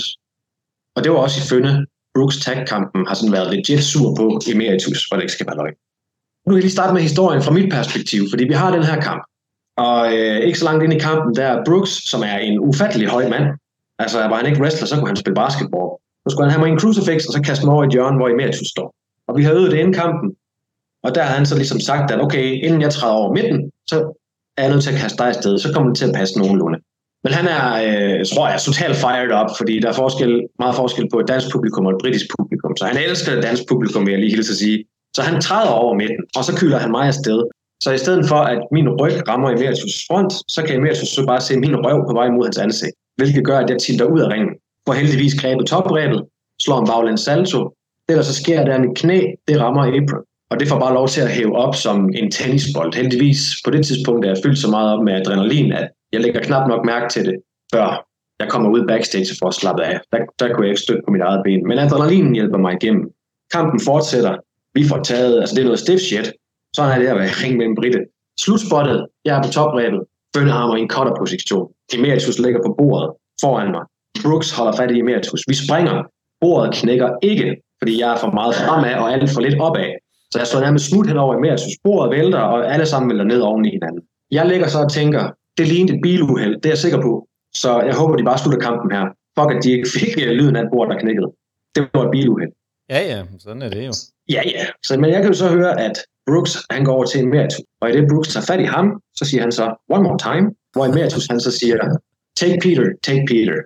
og det var også i Fønne, Brooks tag-kampen har sådan været legit sur på emeritus, hvor det ikke skal være løgn. Nu kan jeg lige starte med historien fra mit perspektiv, fordi vi har den her kamp. Og øh, ikke så langt ind i kampen, der er Brooks, som er en ufattelig høj mand. Altså, var han ikke wrestler, så kunne han spille basketball. Så skulle han have mig en crucifix, og så kaste mig over i et hjørne, hvor emeritus står. Og vi har øvet det inden kampen. Og der har han så ligesom sagt, at okay, inden jeg træder over midten, så er jeg nødt til at kaste dig afsted, så kommer det til at passe nogenlunde. Men han er, øh, tror jeg, totalt fired up, fordi der er forskel, meget forskel på et dansk publikum og et britisk publikum. Så han elsker et dansk publikum, vil jeg lige hilse at sige. Så han træder over midten, og så kylder han mig afsted. Så i stedet for, at min ryg rammer emeritus' front, så kan emeritus så bare se min røv på vej mod hans ansigt. Hvilket gør, at jeg tilter ud af ringen. For heldigvis grebet toprebet, slår en baglæns salto. Det, der så sker, der er mit knæ, det rammer apron. Og det får bare lov til at hæve op som en tennisbold. Heldigvis på det tidspunkt er jeg fyldt så meget op med adrenalin, at jeg lægger knap nok mærke til det, før jeg kommer ud backstage for at slappe af. Der, der kunne jeg ikke støtte på mit eget ben. Men adrenalinen hjælper mig igennem. Kampen fortsætter. Vi får taget, altså det er noget stiff shit. Sådan er det at være i ring med en britte. Slutspottet, jeg er på toprebet. Fønne har mig i en cutter-position. Emeritus ligger på bordet foran mig. Brooks holder fat i emeritus. Vi springer. Bordet knækker ikke, fordi jeg er for meget fremad og alt for lidt opad. Så jeg står nærmest smut hen over emeritus. Bordet vælter, og alle sammen vælter ned oven i hinanden. Jeg ligger så og tænker, det lignede et biluheld, det er jeg sikker på. Så jeg håber, de bare slutter kampen her. Fuck, at de ikke fik lyden af et bord, der knækkede. Det var et biluheld. Ja, ja, sådan er det jo. Ja, ja. Så, men jeg kan jo så høre, at Brooks, han går over til emeritus. Og i det Brooks tager fat i ham, så siger han så, one more time. Hvor emeritus, han så siger, take Peter, take Peter.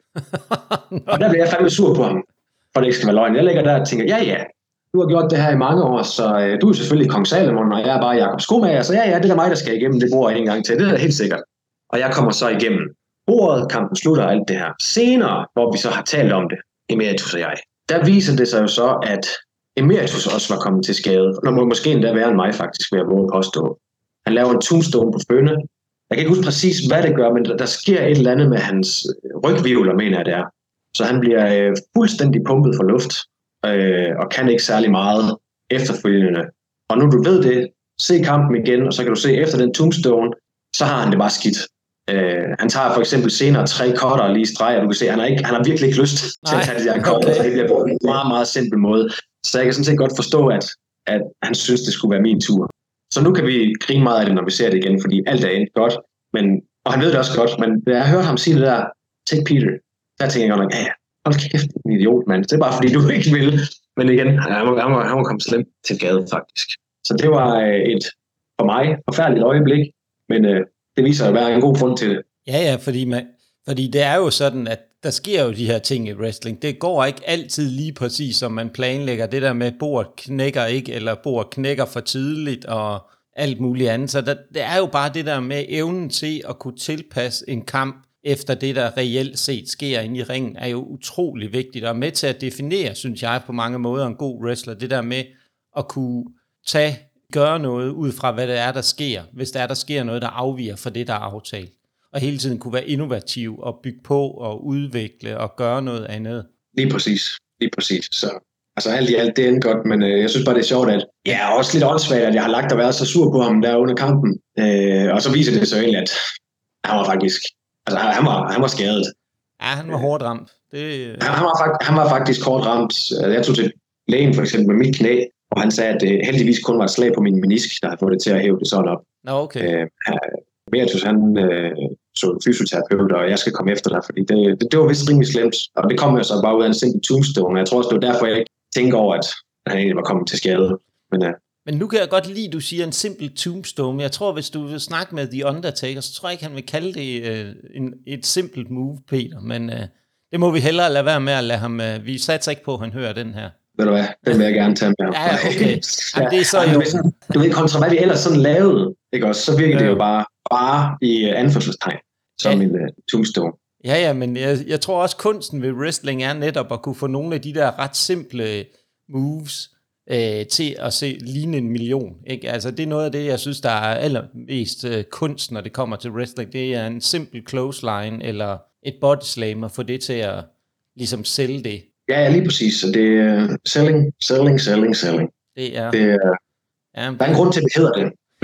Og der bliver jeg fandme sur på ham, for det ikke skal være løgn. Jeg ligger der og tænker, ja, ja. Du har gjort det her i mange år, så øh, du er selvfølgelig Kong Salomon, og jeg er bare Jakob Skomager, så ja, ja, det er mig, der skal igennem det bord en gang til. Det er helt sikkert. Og jeg kommer så igennem bordet, kampen slutter og alt det her. Senere, hvor vi så har talt om det, emeritus og jeg, der viser det sig jo så, at emeritus også var kommet til skade. Når må måske endda være end mig faktisk, vil jeg våge påstå. Han laver en tombstone på Fønne. Jeg kan ikke huske præcis, hvad det gør, men der, der sker et eller andet med hans rygvivler, mener jeg det er. Så han bliver øh, fuldstændig pumpet for luft. Øh, og kan ikke særlig meget efterfølgende. Og nu du ved det, se kampen igen, og så kan du se efter den tombstone, så har han det bare skidt. Øh, han tager for eksempel senere tre cutter lige i streg, og du kan se, han har, ikke, han har virkelig ikke lyst til at tage de der cutter, så det bliver på en meget, meget simpel måde. Så jeg kan sådan set godt forstå, at, at han synes, det skulle være min tur. Så nu kan vi grine meget af det, når vi ser det igen, fordi alt er endt godt, men, og han ved det også godt, men da jeg har hørt ham sige det der, take Peter, der tænker jeg godt nok, ja, hold kæft, en idiot, mand. Det er bare fordi, du ikke vil. Men igen, han må, han må, han må komme slemt til gade, faktisk. Så det var et, for mig, forfærdeligt øjeblik, men øh, det viser at være en god grund til det. Ja, ja, fordi, man, fordi det er jo sådan, at der sker jo de her ting i wrestling. Det går ikke altid lige præcis, som man planlægger. Det der med, bordet knækker ikke, eller bordet knækker for tidligt, og alt muligt andet. Så der, det er jo bare det der med evnen til at kunne tilpasse en kamp, efter det, der reelt set sker inde i ringen, er jo utrolig vigtigt, og med til at definere, synes jeg, på mange måder en god wrestler, det der med at kunne tage, gøre noget ud fra, hvad det er, der sker, hvis der er, der sker noget, der afviger fra det, der er aftalt. Og hele tiden kunne være innovativ, og bygge på, og udvikle, og gøre noget andet. Lige præcis, lige præcis. Så altså alt i alt, det er godt, men øh, jeg synes bare, det er sjovt, at jeg er også lidt åndssvagt, at jeg har lagt at være så sur på ham der under kampen. Øh, og så viser det så egentlig, at han var faktisk Altså, han var, han var skadet. Ja, han var hårdt ramt. Det... Han, han, var, han var faktisk hårdt ramt. Jeg tog til lægen for eksempel med mit knæ, og han sagde, at det heldigvis kun var et slag på min menisk, der havde fået det til at hæve det sådan op. Nå, okay. Øh, Emeritus, han øh, så en fysioterapeut, og jeg skal komme efter dig, fordi det, det, det var vist rimelig slemt. Og det kom jo så bare ud af en simpel tombstone, og jeg tror også, det var derfor, jeg ikke tænker over, at han egentlig var kommet til skade. Men, uh, Men nu kan jeg godt lide, at du siger en simpel tombstone. Jeg tror, hvis du vil snakke med The Undertaker, så tror jeg ikke, han vil kalde det øh, en, et simpelt move, Peter. Men øh, det må vi hellere lade være med at lade ham... Øh, vi satser ikke på, at han hører den her. Ved du hvad, den vil jeg gerne tage med. Ja, okay. Jamen, det er så ja, jo... Sådan, du ved, kontra hvad vi ellers sådan lavede, ikke også? Så virker ja. det jo bare, bare i anførselstegn, som ja. en uh, tombstone. Ja, ja, men jeg, jeg tror også, kunsten ved wrestling er netop at kunne få nogle af de der ret simple moves øh, til at se ligne en million. Ikke? Altså, det er noget af det, jeg synes, der er allermest øh, kunst, når det kommer til wrestling. Det er en simpel clothesline eller et body slam, og få det til at ligesom sælge det. Ja, lige præcis. Så det er selling, selling, selling, selling. Det er... Det er ja, der er en grund til, at det hedder det. Det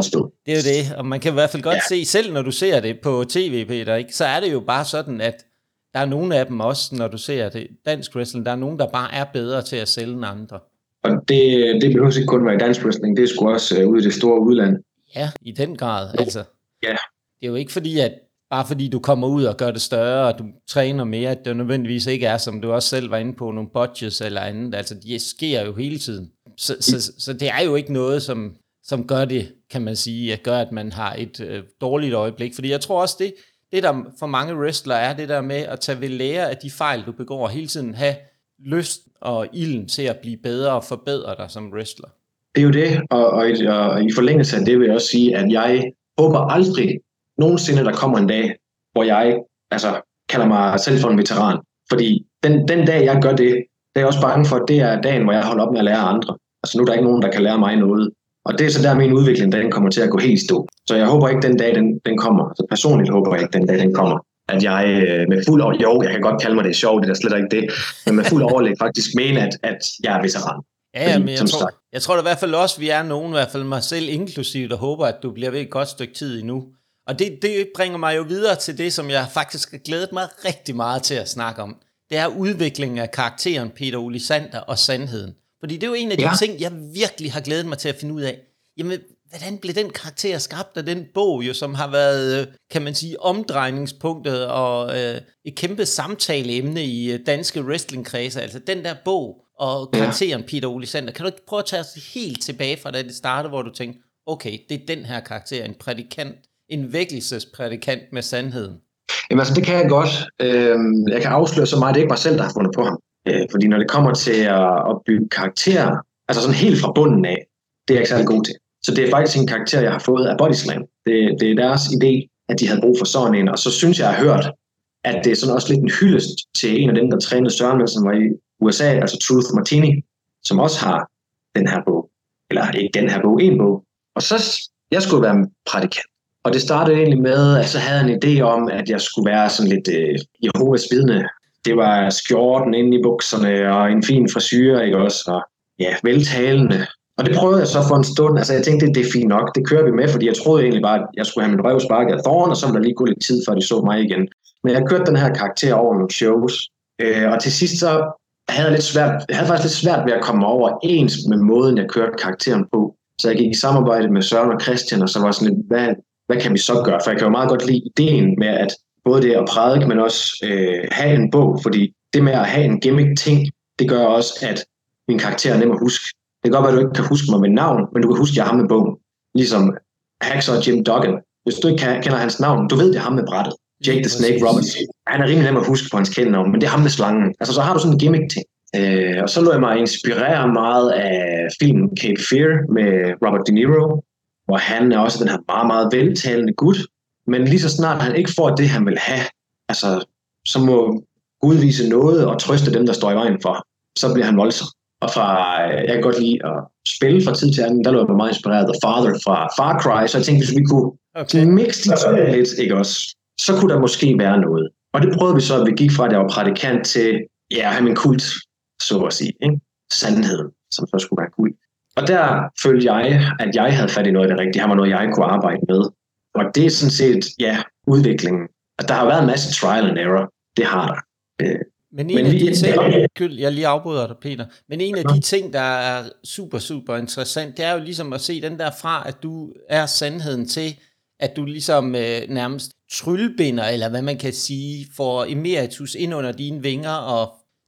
er jo det, og man kan i hvert fald godt ja. se, selv når du ser det på tv, Peter, ikke, så er det jo bare sådan, at der er nogle af dem også, når du ser det dansk wrestling, der er nogen, der bare er bedre til at sælge end andre. Og det, det behøver ikke kun være i dansk wrestling, det er sgu også uh, ude i det store udland. Ja, i den grad, altså. Ja. Det er jo ikke fordi, at bare fordi du kommer ud og gør det større, og du træner mere, at det nødvendigvis ikke er, som du også selv var inde på, nogle budgets eller andet. Altså, de sker jo hele tiden. Så, så, så, så det er jo ikke noget, som... som gør det, kan man sige, at gør, at man har et øh, dårligt øjeblik. Fordi jeg tror også, det, det der for mange wrestlere er, det der med at tage ved lære af de fejl, du begår, og hele tiden have lyst og ilden til at blive bedre og forbedre dig som wrestler. Det er jo det, og, og, og, og i forlængelse af det vil jeg også sige, at jeg håber aldrig nogensinde, der kommer en dag, hvor jeg altså, kalder mig selv for en veteran. Fordi den, den dag, jeg gør det, det er jeg også bange for, at det er dagen, hvor jeg holder op med at lære andre. Altså nu er der ikke nogen, der kan lære mig noget. Og det er så der, min udvikling, den kommer til at gå helt stå. Så jeg håber ikke, den dag, den, den kommer. Så personligt håber jeg ikke, den dag, den kommer. At jeg med fuld overlæg, jo, jeg kan godt kalde mig det sjovt, det er slet ikke det, men med fuld overlæg faktisk mene, at, at jeg er veteran. Ja, ja, men jeg tror, jeg tror da i hvert fald også, vi er nogen, i hvert fald mig selv inklusiv, der håber, at du bliver ved et godt stykke tid endnu. Og det, det bringer mig jo videre til det, som jeg faktisk har glædet mig rigtig meget til at snakke om. Det er udviklingen af karakteren Peter Olisander og sandheden. Fordi det er jo en af de ja. ting, jeg virkelig har glædet mig til at finde ud af. Jamen, hvordan blev den karakter skabt af den bog, jo, som har været, kan man sige, omdrejningspunktet og øh, et kæmpe samtaleemne i danske wrestlingkredse. Altså den der bog og karakteren ja. Peter Olisander. Kan du ikke prøve at tage os helt tilbage fra da det startede, hvor du tænkte, okay, det er den her karakter, en prædikant, en vækkelsesprædikant med sandheden? Jamen altså, det kan jeg godt. Jeg kan afsløre så meget, at det ikke var selv, der har fundet på ham. Fordi når det kommer til at opbygge karakterer, altså sådan helt fra bunden af, det er jeg ikke særlig god til. Så det er faktisk en karakter, jeg har fået af Bodyslam. Det, det er deres idé, at de havde brug for sådan en. Og så synes jeg, jeg har hørt, at det er sådan også lidt en hyldest til en af dem, der trænede Søren, som var i U S A, altså Truth Martini, som også har den her bog. Eller ikke den her bog, en bog. Og så, jeg skulle være en prædikant. Og det startede egentlig med, at så havde jeg en idé om, at jeg skulle være sådan lidt øh, Jehovas vidne. Det var skjorten inde i bukserne, og en fin frisyre, ikke også? Og ja, veltalende. Og det prøvede jeg så for en stund. Altså jeg tænkte, det, det er fint nok, det kører vi med, fordi jeg troede egentlig bare, at jeg skulle have min røv sparket af Thorne, og så ville der lige gå lidt tid, før de så mig igen. Men jeg kørte den her karakter over nogle shows, øh, og til sidst så havde jeg, lidt svært, jeg havde faktisk lidt svært ved at komme over ens med måden, jeg kørte karakteren på. Så jeg gik i samarbejde med Søren og Christian, og så var sådan lidt, hvad, hvad kan vi så gøre? For jeg kan jo meget godt lide ideen med, at både det at prædike, men også øh, have en bog, fordi det med at have en gimmick-ting, det gør også, at min karakter er nem at huske. Det kan godt være, at du ikke kan huske mig med navn, men du kan huske, at jeg har ham med bogen. Ligesom Hacksaw Jim Duggan. Hvis du ikke kender hans navn, du ved, det er ham med brættet. Jake the Snake Roberts. Han er rimelig nem at huske på hans kendenavn, men det er ham med slangen. Altså, så har du sådan en gimmick-ting. Øh, og så lå jeg mig inspirere meget af filmen Cape Fear med Robert De Niro, hvor han er også den her meget, meget veltalende gut. Men lige så snart han ikke får det, han vil have, altså, så må Gud vise noget og trøste dem, der står i vejen for. Så bliver han voldsom. Og fra, jeg kan godt lide at spille fra tid til anden, der lå jeg meget inspireret af The Father fra Far Cry, så jeg tænkte, hvis vi kunne okay. mixe de to lidt, ikke også, så kunne der måske være noget. Og det prøvede vi så, at vi gik fra, at jeg var prædikant til, ja, at have min kult, så at sige, ikke? Sandheden, som så skulle være kult. Og der følte jeg, at jeg havde fat i noget af det rigtige, her var noget, jeg kunne arbejde med. Og det er sådan set, ja, udviklingen. Og der har været en masse trial and error, det har der. Men en men af de ting, jeg lige afbryder dig, Peter, men en af de ting, der er super, super interessant, det er jo ligesom at se den der fra, at du er sandheden til, at du ligesom øh, nærmest tryllebinder, eller hvad man kan sige, får emeritus ind under dine vinger, og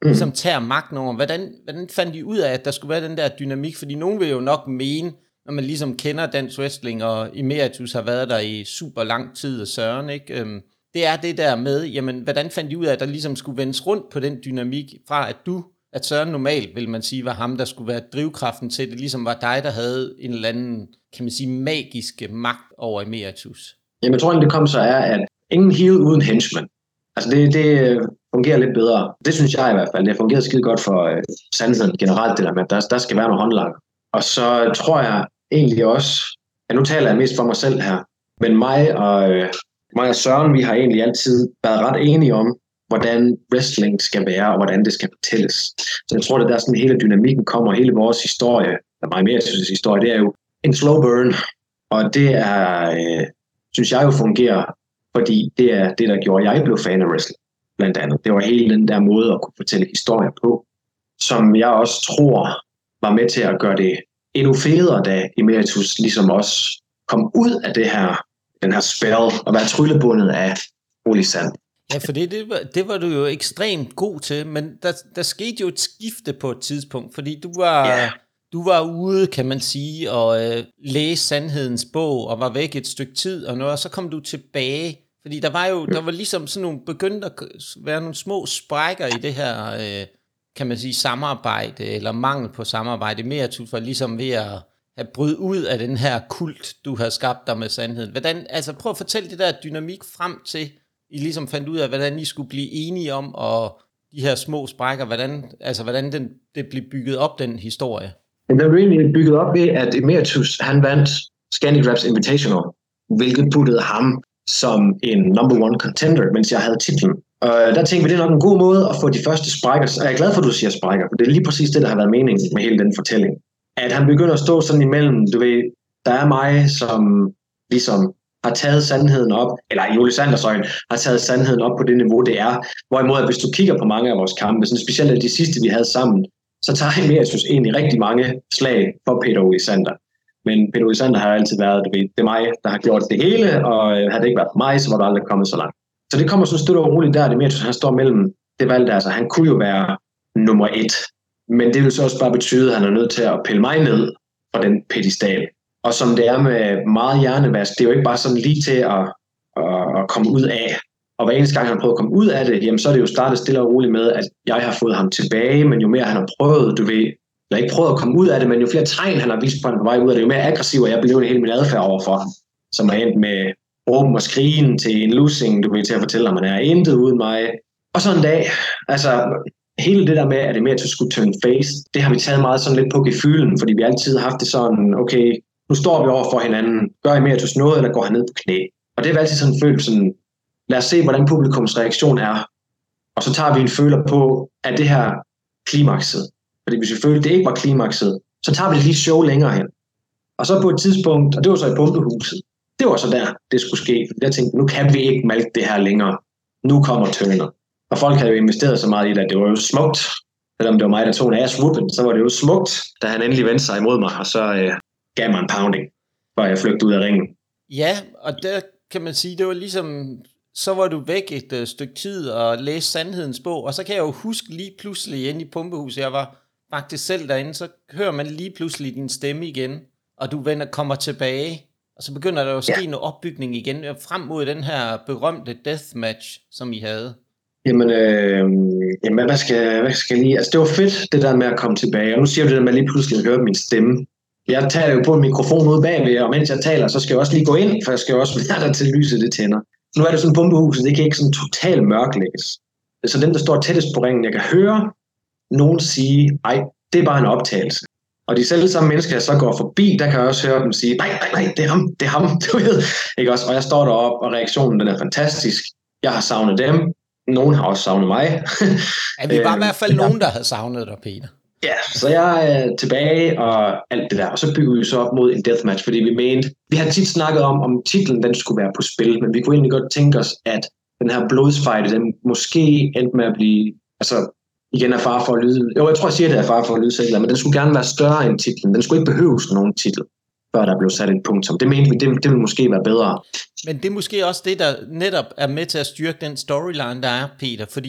ligesom tager magten over. Hvordan, hvordan fandt de ud af, at der skulle være den der dynamik? Fordi nogen vil jo nok mene, når man ligesom kender dansk wrestling, og Emeritus har været der i super lang tid, og Søren, ikke? Øhm, det er det der med, jamen, hvordan fandt de ud af, at der ligesom skulle vendes rundt på den dynamik, fra at du, at Søren normalt, vil man sige, var ham, der skulle være drivkraften til det, ligesom var dig, der havde en eller anden, kan man sige, magisk magt over Emeritus? Jamen, jeg tror egentlig, det kom så er, at ingen heel uden henchman. Altså, det, det fungerer lidt bedre. Det synes jeg i hvert fald. Det fungerer skide godt for øh, sandheden generelt, det der med, at der, der skal være noget håndlag. Og så tror jeg egentlig også, at nu taler jeg mest for mig selv her, men mig og, øh, mig og Søren, vi har egentlig altid været ret enige om, hvordan wrestling skal være, og hvordan det skal fortælles. Så jeg tror, at der sådan hele dynamikken kommer, hele vores historie, der meget mere synes historie, det er jo en slow burn, og det er, øh, synes jeg jo fungerer, fordi det er det, der gjorde, at jeg blev fan af wrestling, blandt andet. Det var hele den der måde at kunne fortælle historier på, som jeg også tror var med til at gøre det endnu federe, da Emeritus ligesom også kom ud af det her, den her spell, og være tryllebundet af Ole Sand. Ja, for det, det, var, det var du jo ekstremt god til, men der, der skete jo et skifte på et tidspunkt, fordi du var, yeah. du var ude, kan man sige, og øh, læse Sandhedens bog, og var væk et stykke tid, og, noget, og så kom du tilbage, fordi der var jo, der var ligesom sådan nogle, begyndte at være nogle små sprækker i det her, øh, kan man sige, samarbejde, eller mangel på samarbejde, mere til for ligesom ved at have brydet ud af den her kult, du har skabt dig med Sandheden. Hvordan, altså prøv at fortælle det der dynamik frem til, I ligesom fandt ud af, hvordan I skulle blive enige om, og de her små sprækker, hvordan, altså, hvordan den, det blev bygget op, den historie? Den blev egentlig bygget op ved, at Emeritus, han vandt Scandi Raps Invitational, hvilket puttede ham som en number one contender, mens jeg havde titlen. Og der tænkte vi, det er nok en god måde at få de første sprækker, og jeg er glad for, at du siger sprækker, for det er lige præcis det, der har været meningen med hele den fortælling. At han begynder at stå sådan imellem, du ved, der er mig, som ligesom har taget sandheden op, eller i Ole Sanders øjne, har taget sandheden op på det niveau, det er. Hvorimod, at hvis du kigger på mange af vores kampe, sådan specielt af de sidste, vi havde sammen, så tager Emeritus egentlig rigtig mange slag for Peter Ole Sander. Men Peter Ole Sander har altid været, du ved, det er mig, der har gjort det hele, og havde det ikke været for mig, så var du aldrig kommet så langt. Så det kommer sådan støtte og roligt der, at Emeritus, han står mellem det valg der, altså han kunne jo være nummer et. Men det vil så også bare betyde, at han er nødt til at pille mig ned fra den pedestal. Og som det er med meget hjernevask, det er jo ikke bare sådan lige til at, at, at komme ud af. Og hver eneste gang han har prøvet at komme ud af det, jamen så er det jo startet stille og roligt med, at jeg har fået ham tilbage, men jo mere han har prøvet, du ved, jeg har ikke prøvet at komme ud af det, men jo flere tegn han har vist på, han på vej ud af det, jo mere aggressiv er jeg blevet hele min adfærd overfor, som er endt med råben og skrigen til en losing, du ved, til at fortælle, at man er intet uden mig. Og så en dag, altså hele det der med, at det mere skulle turn face, det har vi taget meget sådan lidt på gefylen, fordi vi altid har haft det sådan, okay, nu står vi over for hinanden, gør Emeritus noget, eller går han ned på knæ? Og det er altid sådan en følelse, sådan, lad os se, hvordan publikums reaktion er. Og så tager vi en føler på, at det her klimakset. Fordi hvis vi følte, at det ikke var klimakset, så tager vi det lige show længere hen. Og så på et tidspunkt, og det var så i pumpehuset, det var så der, det skulle ske. Fordi jeg tænkte, nu kan vi ikke malke det her længere. Nu kommer Turner. Og folk havde jo investeret så meget i det, at det var jo smukt. Selvom det var mig, der tog en ass whooping, så var det jo smukt, da han endelig vendte sig imod mig, og så øh, gav mig en pounding, før jeg flygtede ud af ringen. Ja, og der kan man sige, det var ligesom, så var du væk et øh, stykke tid og læste Sandhedens bog, og så kan jeg jo huske lige pludselig inde i pumpehuset, jeg var faktisk selv derinde, så hører man lige pludselig din stemme igen, og du vender, kommer tilbage, og så begynder der jo at ske ja. noget opbygning igen, frem mod den her berømte deathmatch, som I havde. Jamen, øh, jamen hvad, skal, hvad skal jeg lige... Altså, det var fedt, det der med at komme tilbage, og nu siger du det der med lige pludselig at høre min stemme. Jeg taler jo på en mikrofon ude bagved, og mens jeg taler, så skal jeg også lige gå ind, for jeg skal jo også være der til lyset, det tænder. Nu er det sådan pumpehuset, det kan ikke sådan totalt mørklægges. Så dem, der står tættest på ringen, jeg kan høre nogen sige, ej, det er bare en optagelse. Og de selv samme mennesker, jeg så går forbi, der kan jeg også høre dem sige, nej, nej, nej, det er ham, det er ham, du ved. Ikke også? Og jeg står deroppe, og reaktionen den er fantastisk. Jeg har savnet dem. Nogen har også savnet mig. Ja, vi var i hvert fald nogen, der havde savnet dig, Peter. Ja, så jeg er tilbage og alt det der. Og så bygger vi så op mod en deathmatch, fordi vi mente, vi har tit snakket om, om titlen den skulle være på spil, men vi kunne egentlig godt tænke os, at den her blodsfight, den måske endte med at blive, altså igen er far for at lyde, jo jeg tror jeg siger det er far for at lyde selv, men den skulle gerne være større end titlen. Den skulle ikke behøves nogen titel, før der blev sat et punktum. Det mente vi, det, det ville måske være bedre. Men det er måske også det, der netop er med til at styrke den storyline, der er, Peter, fordi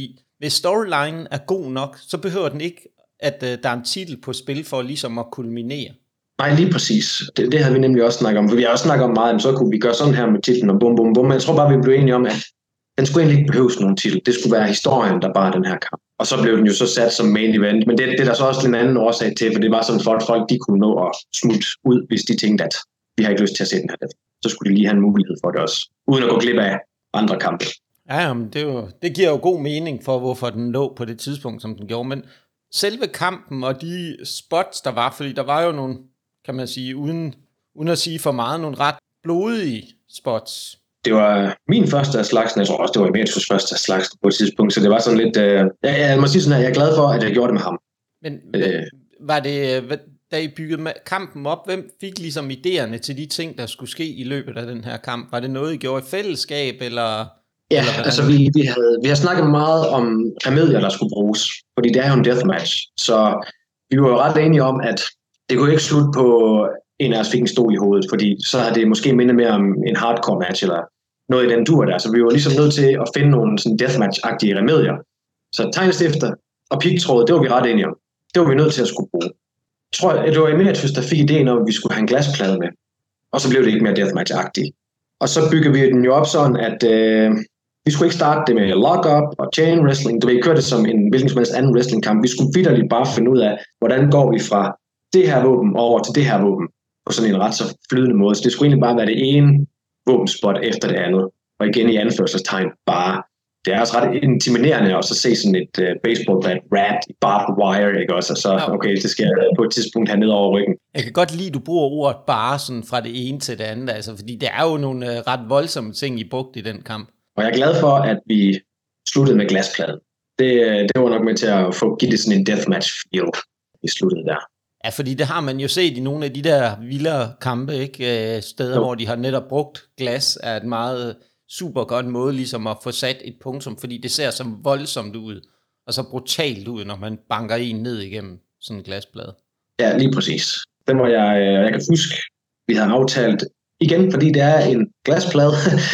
hvis storylinen er god nok, så behøver den ikke, at øh, der er en titel på spil for ligesom at kulminere. Nej, lige præcis. Det, det havde vi nemlig også snakket om. For vi har også snakket om meget, så kunne vi gøre sådan her med titlen og bum, bum, bum. Men jeg tror bare, vi blev enige om, at den skulle egentlig ikke behøves nogen titel. Det skulle være historien, der bare den her kamp. Og så blev den jo så sat som main event. Men det, det er der så også en anden årsag til, for det var sådan, at folk, folk de kunne nå at smutte ud, hvis de tænkte, at vi har ikke lyst til at se den her. Så skulle de lige have en mulighed for det også, uden at gå glip af andre kampe. Ja, men det, er jo, det giver jo god mening for, hvorfor den lå på det tidspunkt, som den gjorde. Men selve kampen og de spots, der var, fordi der var jo nogle, kan man sige, uden, uden at sige for meget, nogle ret blodige spots. Det var min første af slagsen, jeg tror også, det var Emeritus første af slagsen på et tidspunkt, så det var sådan lidt, øh, jeg, jeg må sige sådan, at jeg er glad for, at jeg gjorde det med ham. Men øh, var det, da I byggede kampen op, hvem fik ligesom idéerne til de ting, der skulle ske i løbet af den her kamp? Var det noget, I gjorde i fællesskab, eller... Ja, eller altså vi, vi, havde, vi har snakket meget om remedier, der skulle bruges, fordi det er jo en deathmatch, så vi var jo ret enige om, at det kunne ikke slutte på, en af os fik en stol i hovedet, fordi så havde det måske mindet mere om en hardcore match, eller noget i den dur der, så vi var ligesom nødt til at finde nogle sådan deathmatch-agtige remedier. Så tegnestifter og pigtråd, det var vi ret enige om. Det var vi nødt til at skulle bruge. Jeg tror, at det var Emeritus, der fik idéen om, at vi skulle have en glasplade med, og så blev det ikke mere deathmatch-agtigt. Og så bygger vi den jo op sådan, at øh, vi skulle ikke starte det med lock-up og chain wrestling. Du ved, køre det som en hvilken som helst anden wrestlingkamp. Vi skulle vitterligt bare finde ud af, hvordan går vi fra det her våben over til det her våben på sådan en ret så flydende måde. Så det skulle egentlig bare være det ene våbenspot efter det andet. Og igen i anførselstegn bare. Det er også ret intimiderende også at se sådan et uh, baseballbat wrapped i barbed wire, ikke også? Og så, okay, det skal jeg på et tidspunkt have ned over ryggen. Jeg kan godt lide, at du bruger ordet bare sådan fra det ene til det andet, altså, fordi det er jo nogle uh, ret voldsomme ting, I brugte i den kamp. Og jeg er glad for, at vi sluttede med glaspladen. Det, det var nok med til at få give det sådan en deathmatch feel, vi sluttede der. Ja, fordi det har man jo set i nogle af de der vildere kampe, ikke? Steder, jo. Hvor de har netop brugt glas, er et meget super godt måde ligesom at få sat et punktum, fordi det ser så voldsomt ud, og så brutalt ud, når man banker en ned igennem sådan en glasplade. Ja, lige præcis. Den var jeg, jeg kan huske, vi havde aftalt igen, fordi det er en glasplade,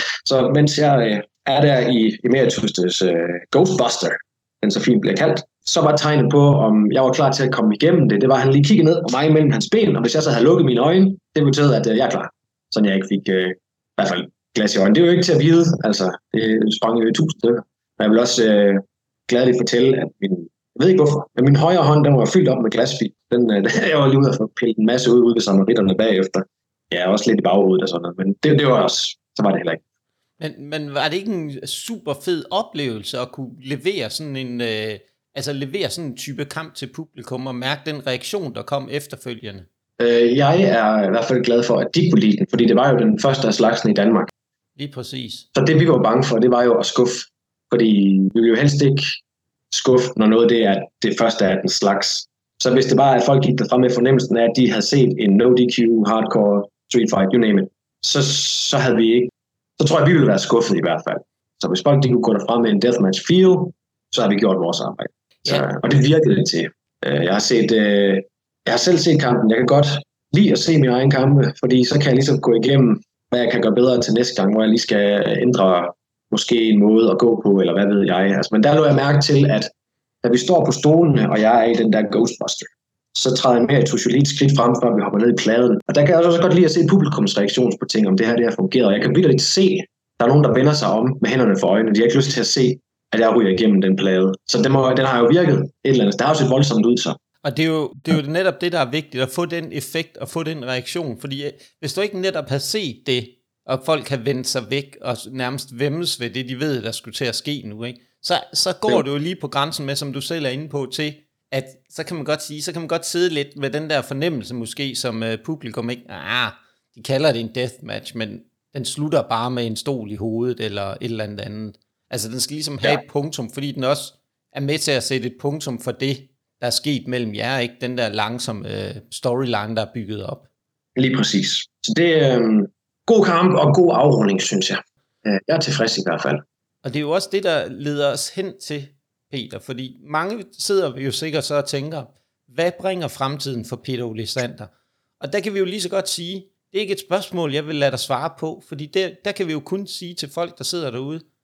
så mens jeg er der i Emeritus' uh, Ghostbuster, den så fint bliver kaldt, så var tegnet på, om jeg var klar til at komme igennem det. Det var, at han lige kiggede ned på mig mellem hans ben, og hvis jeg så havde lukket mine øjne, det betød, at jeg er klar. Sådan jeg ikke fik uh, i hvert fald glas i øjnene. Det er jo ikke til at vide, altså det sprang jo i tusind stykker. Men jeg vil også uh, gladeligt fortælle, at min, jeg ved ikke hvorfor, men min højre hånd, den var fyldt op med glasfil. Den, uh, jeg var lige ude at få pillet en masse ud, ude ved samaritterne bagefter. Jeg er også lidt i baghovedet og sådan noget, men det, det var også, så var det heller ikke. Men, men var det ikke en super fed oplevelse at kunne levere sådan en, øh, altså levere sådan en type kamp til publikum og mærke den reaktion, der kom efterfølgende? Øh, jeg er i hvert fald glad for, at de kunne lide den, fordi det var jo den første af slagsen i Danmark. Lige præcis. Så det vi var bange for, det var jo at skuffe, fordi vi ville jo helst ikke skuffe, når noget det er det første af den slags. Så hvis det var, at folk gik derfra med fornemmelsen af, at de havde set en no D Q, hardcore, street fight, you name it, så, så havde vi ikke, så tror jeg, vi ville være skuffet i hvert fald. Så hvis folk de kunne gå derfra med en deathmatch feel, så har vi gjort vores arbejde. Så, ja. Og det virkede det til. Jeg har set, jeg har selv set kampen. Jeg kan godt lide at se mine egne kampe, fordi så kan jeg ligesom gå igennem, hvad jeg kan gøre bedre til næste gang, hvor jeg lige skal ændre måske en måde at gå på, eller hvad ved jeg. Altså, men der lå jeg mærke til, at da vi står på stolene, og jeg er i den der Ghostbuster, så træder jeg mere et lige et skridt frem, før vi hopper ned i pladen. Og der kan jeg også godt lide at se publikums reaktion på ting, om det her det har fungeret. Og jeg kan virkelig se, der er nogen, der vender sig om med hænderne for øjnene. De har ikke lyst til at se, at jeg ryger igennem den plade. Så den, må, den har jo virket et eller andet. Der har også et voldsomt ud, så. Og det er, jo, det er jo netop det, der er vigtigt, at få den effekt og få den reaktion. Fordi hvis du ikke netop har set det, og folk kan vende sig væk og nærmest væmmes ved det, de ved, der skulle til at ske nu, ikke? Så, så går ja. Det jo lige på grænsen med, som du selv er inde på, til at så kan man godt sige, så kan man godt sidde lidt med den der fornemmelse måske, som uh, publikum ikke, ah, de kalder det en deathmatch, men den slutter bare med en stol i hovedet, eller et eller andet andet. Altså den skal ligesom have ja. Et punktum, fordi den også er med til at sætte et punktum for det, der er sket mellem jer, ikke? Den der langsomme uh, storyline, der er bygget op. Lige præcis. Så det er um, god kamp og god afrunding, synes jeg. Jeg er tilfreds i hvert fald. Og det er jo også det, der leder os hen til, Peter, fordi mange sidder jo sikkert så og tænker, hvad bringer fremtiden for Peter Olisander? Og der kan vi jo lige så godt sige, det er ikke et spørgsmål, jeg vil lade dig svare på, fordi der, der kan vi jo kun sige til folk, der sidder derude,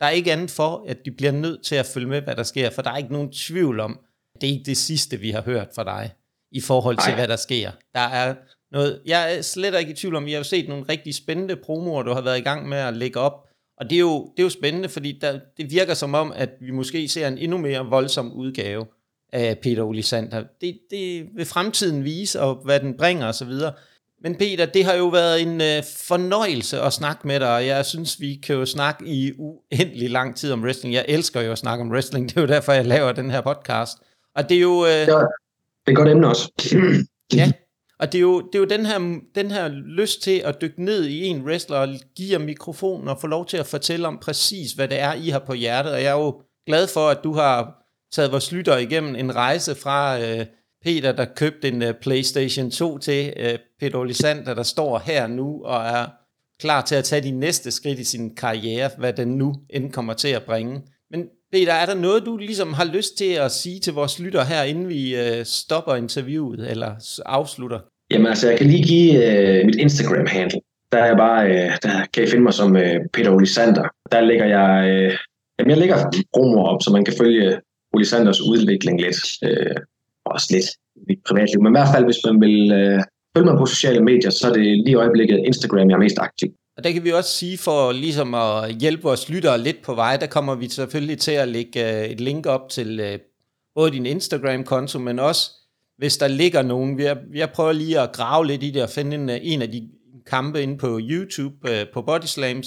Der er ikke andet for, at de bliver nødt til at følge med, hvad der sker, for der er ikke nogen tvivl om, det er ikke det sidste, vi har hørt fra dig, i forhold til, Ej. hvad der sker. Der er noget, jeg er slet ikke i tvivl om, vi har jo set nogle rigtig spændende promoer, du har været i gang med at lægge op, og det er jo, det er jo spændende, fordi der, det virker som om, at vi måske ser en endnu mere voldsom udgave af Peter Olisander. Det, det vil fremtiden vise, og hvad den bringer osv. Men Peter, det har jo været en øh, fornøjelse at snakke med dig, og jeg synes, vi kan jo snakke i uendelig lang tid om wrestling. Jeg elsker jo at snakke om wrestling, det er jo derfor, jeg laver den her podcast. Og det er jo... Øh, ja, det er et godt emne også. ja, og det er jo, det er jo den, her, den her lyst til at dykke ned i en wrestler og give jer mikrofonen og få lov til at fortælle om præcis, hvad det er, I har på hjertet. Og jeg er jo glad for, at du har taget vores lyttere igennem en rejse fra øh, Peter, der købte en øh, PlayStation to til øh, Peter Olisander, der står her nu og er klar til at tage de næste skridt i sin karriere, hvad den nu end kommer til at bringe. Men Peter, er der noget, du ligesom har lyst til at sige til vores lyttere her, inden vi øh, stopper interviewet eller afslutter? Jamen altså, jeg kan lige give øh, mit Instagram-handle. Der er jeg bare, øh, der kan I finde mig som øh, Peter Olisander. Der lægger jeg, øh, jamen jeg lægger promoer op, så man kan følge Olisanders udvikling lidt. Øh, også lidt i mit privatliv. Men i hvert fald, hvis man vil øh, følge mig på sociale medier, så er det lige i øjeblikket Instagram, jeg er mest aktiv. Og der kan vi også sige, for ligesom at hjælpe vores lyttere lidt på vej, der kommer vi selvfølgelig til at lægge et link op til både din Instagram-konto, men også hvis der ligger nogen. Vi har, vi har prøvet lige at grave lidt i det og finde en, en af de kampe inde på YouTube, på Bodyslams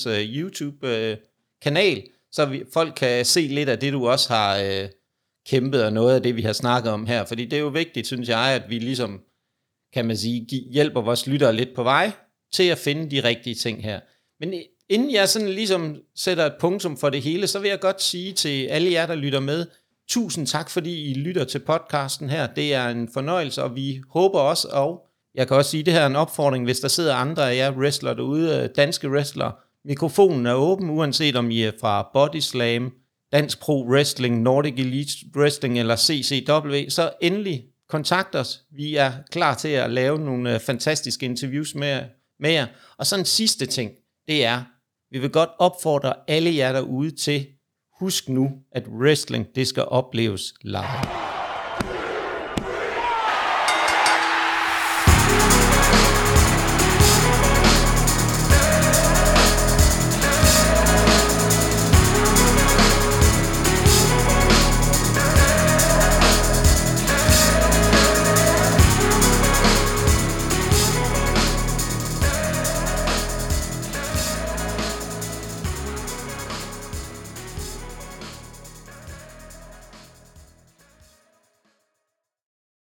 YouTube-kanal, så vi, folk kan se lidt af det, du også har øh, kæmpet, og noget af det, vi har snakket om her. Fordi det er jo vigtigt, synes jeg, at vi ligesom, kan man sige, hjælper vores lyttere lidt på vej til at finde de rigtige ting her. Men inden jeg sådan ligesom sætter et punktum for det hele, så vil jeg godt sige til alle jer, der lytter med, tusind tak, fordi I lytter til podcasten her. Det er en fornøjelse, og vi håber også, og jeg kan også sige, at det her er en opfordring, hvis der sidder andre af jer wrestlere derude, danske wrestlere. Mikrofonen er åben, uanset om I er fra Bodyslam, Dansk Pro Wrestling, Nordic Elite Wrestling eller C C W, så endelig kontakt os. Vi er klar til at lave nogle fantastiske interviews med, med jer. Og så en sidste ting, det er, vi vil godt opfordre alle jer derude til, husk nu, at wrestling, det skal opleves live.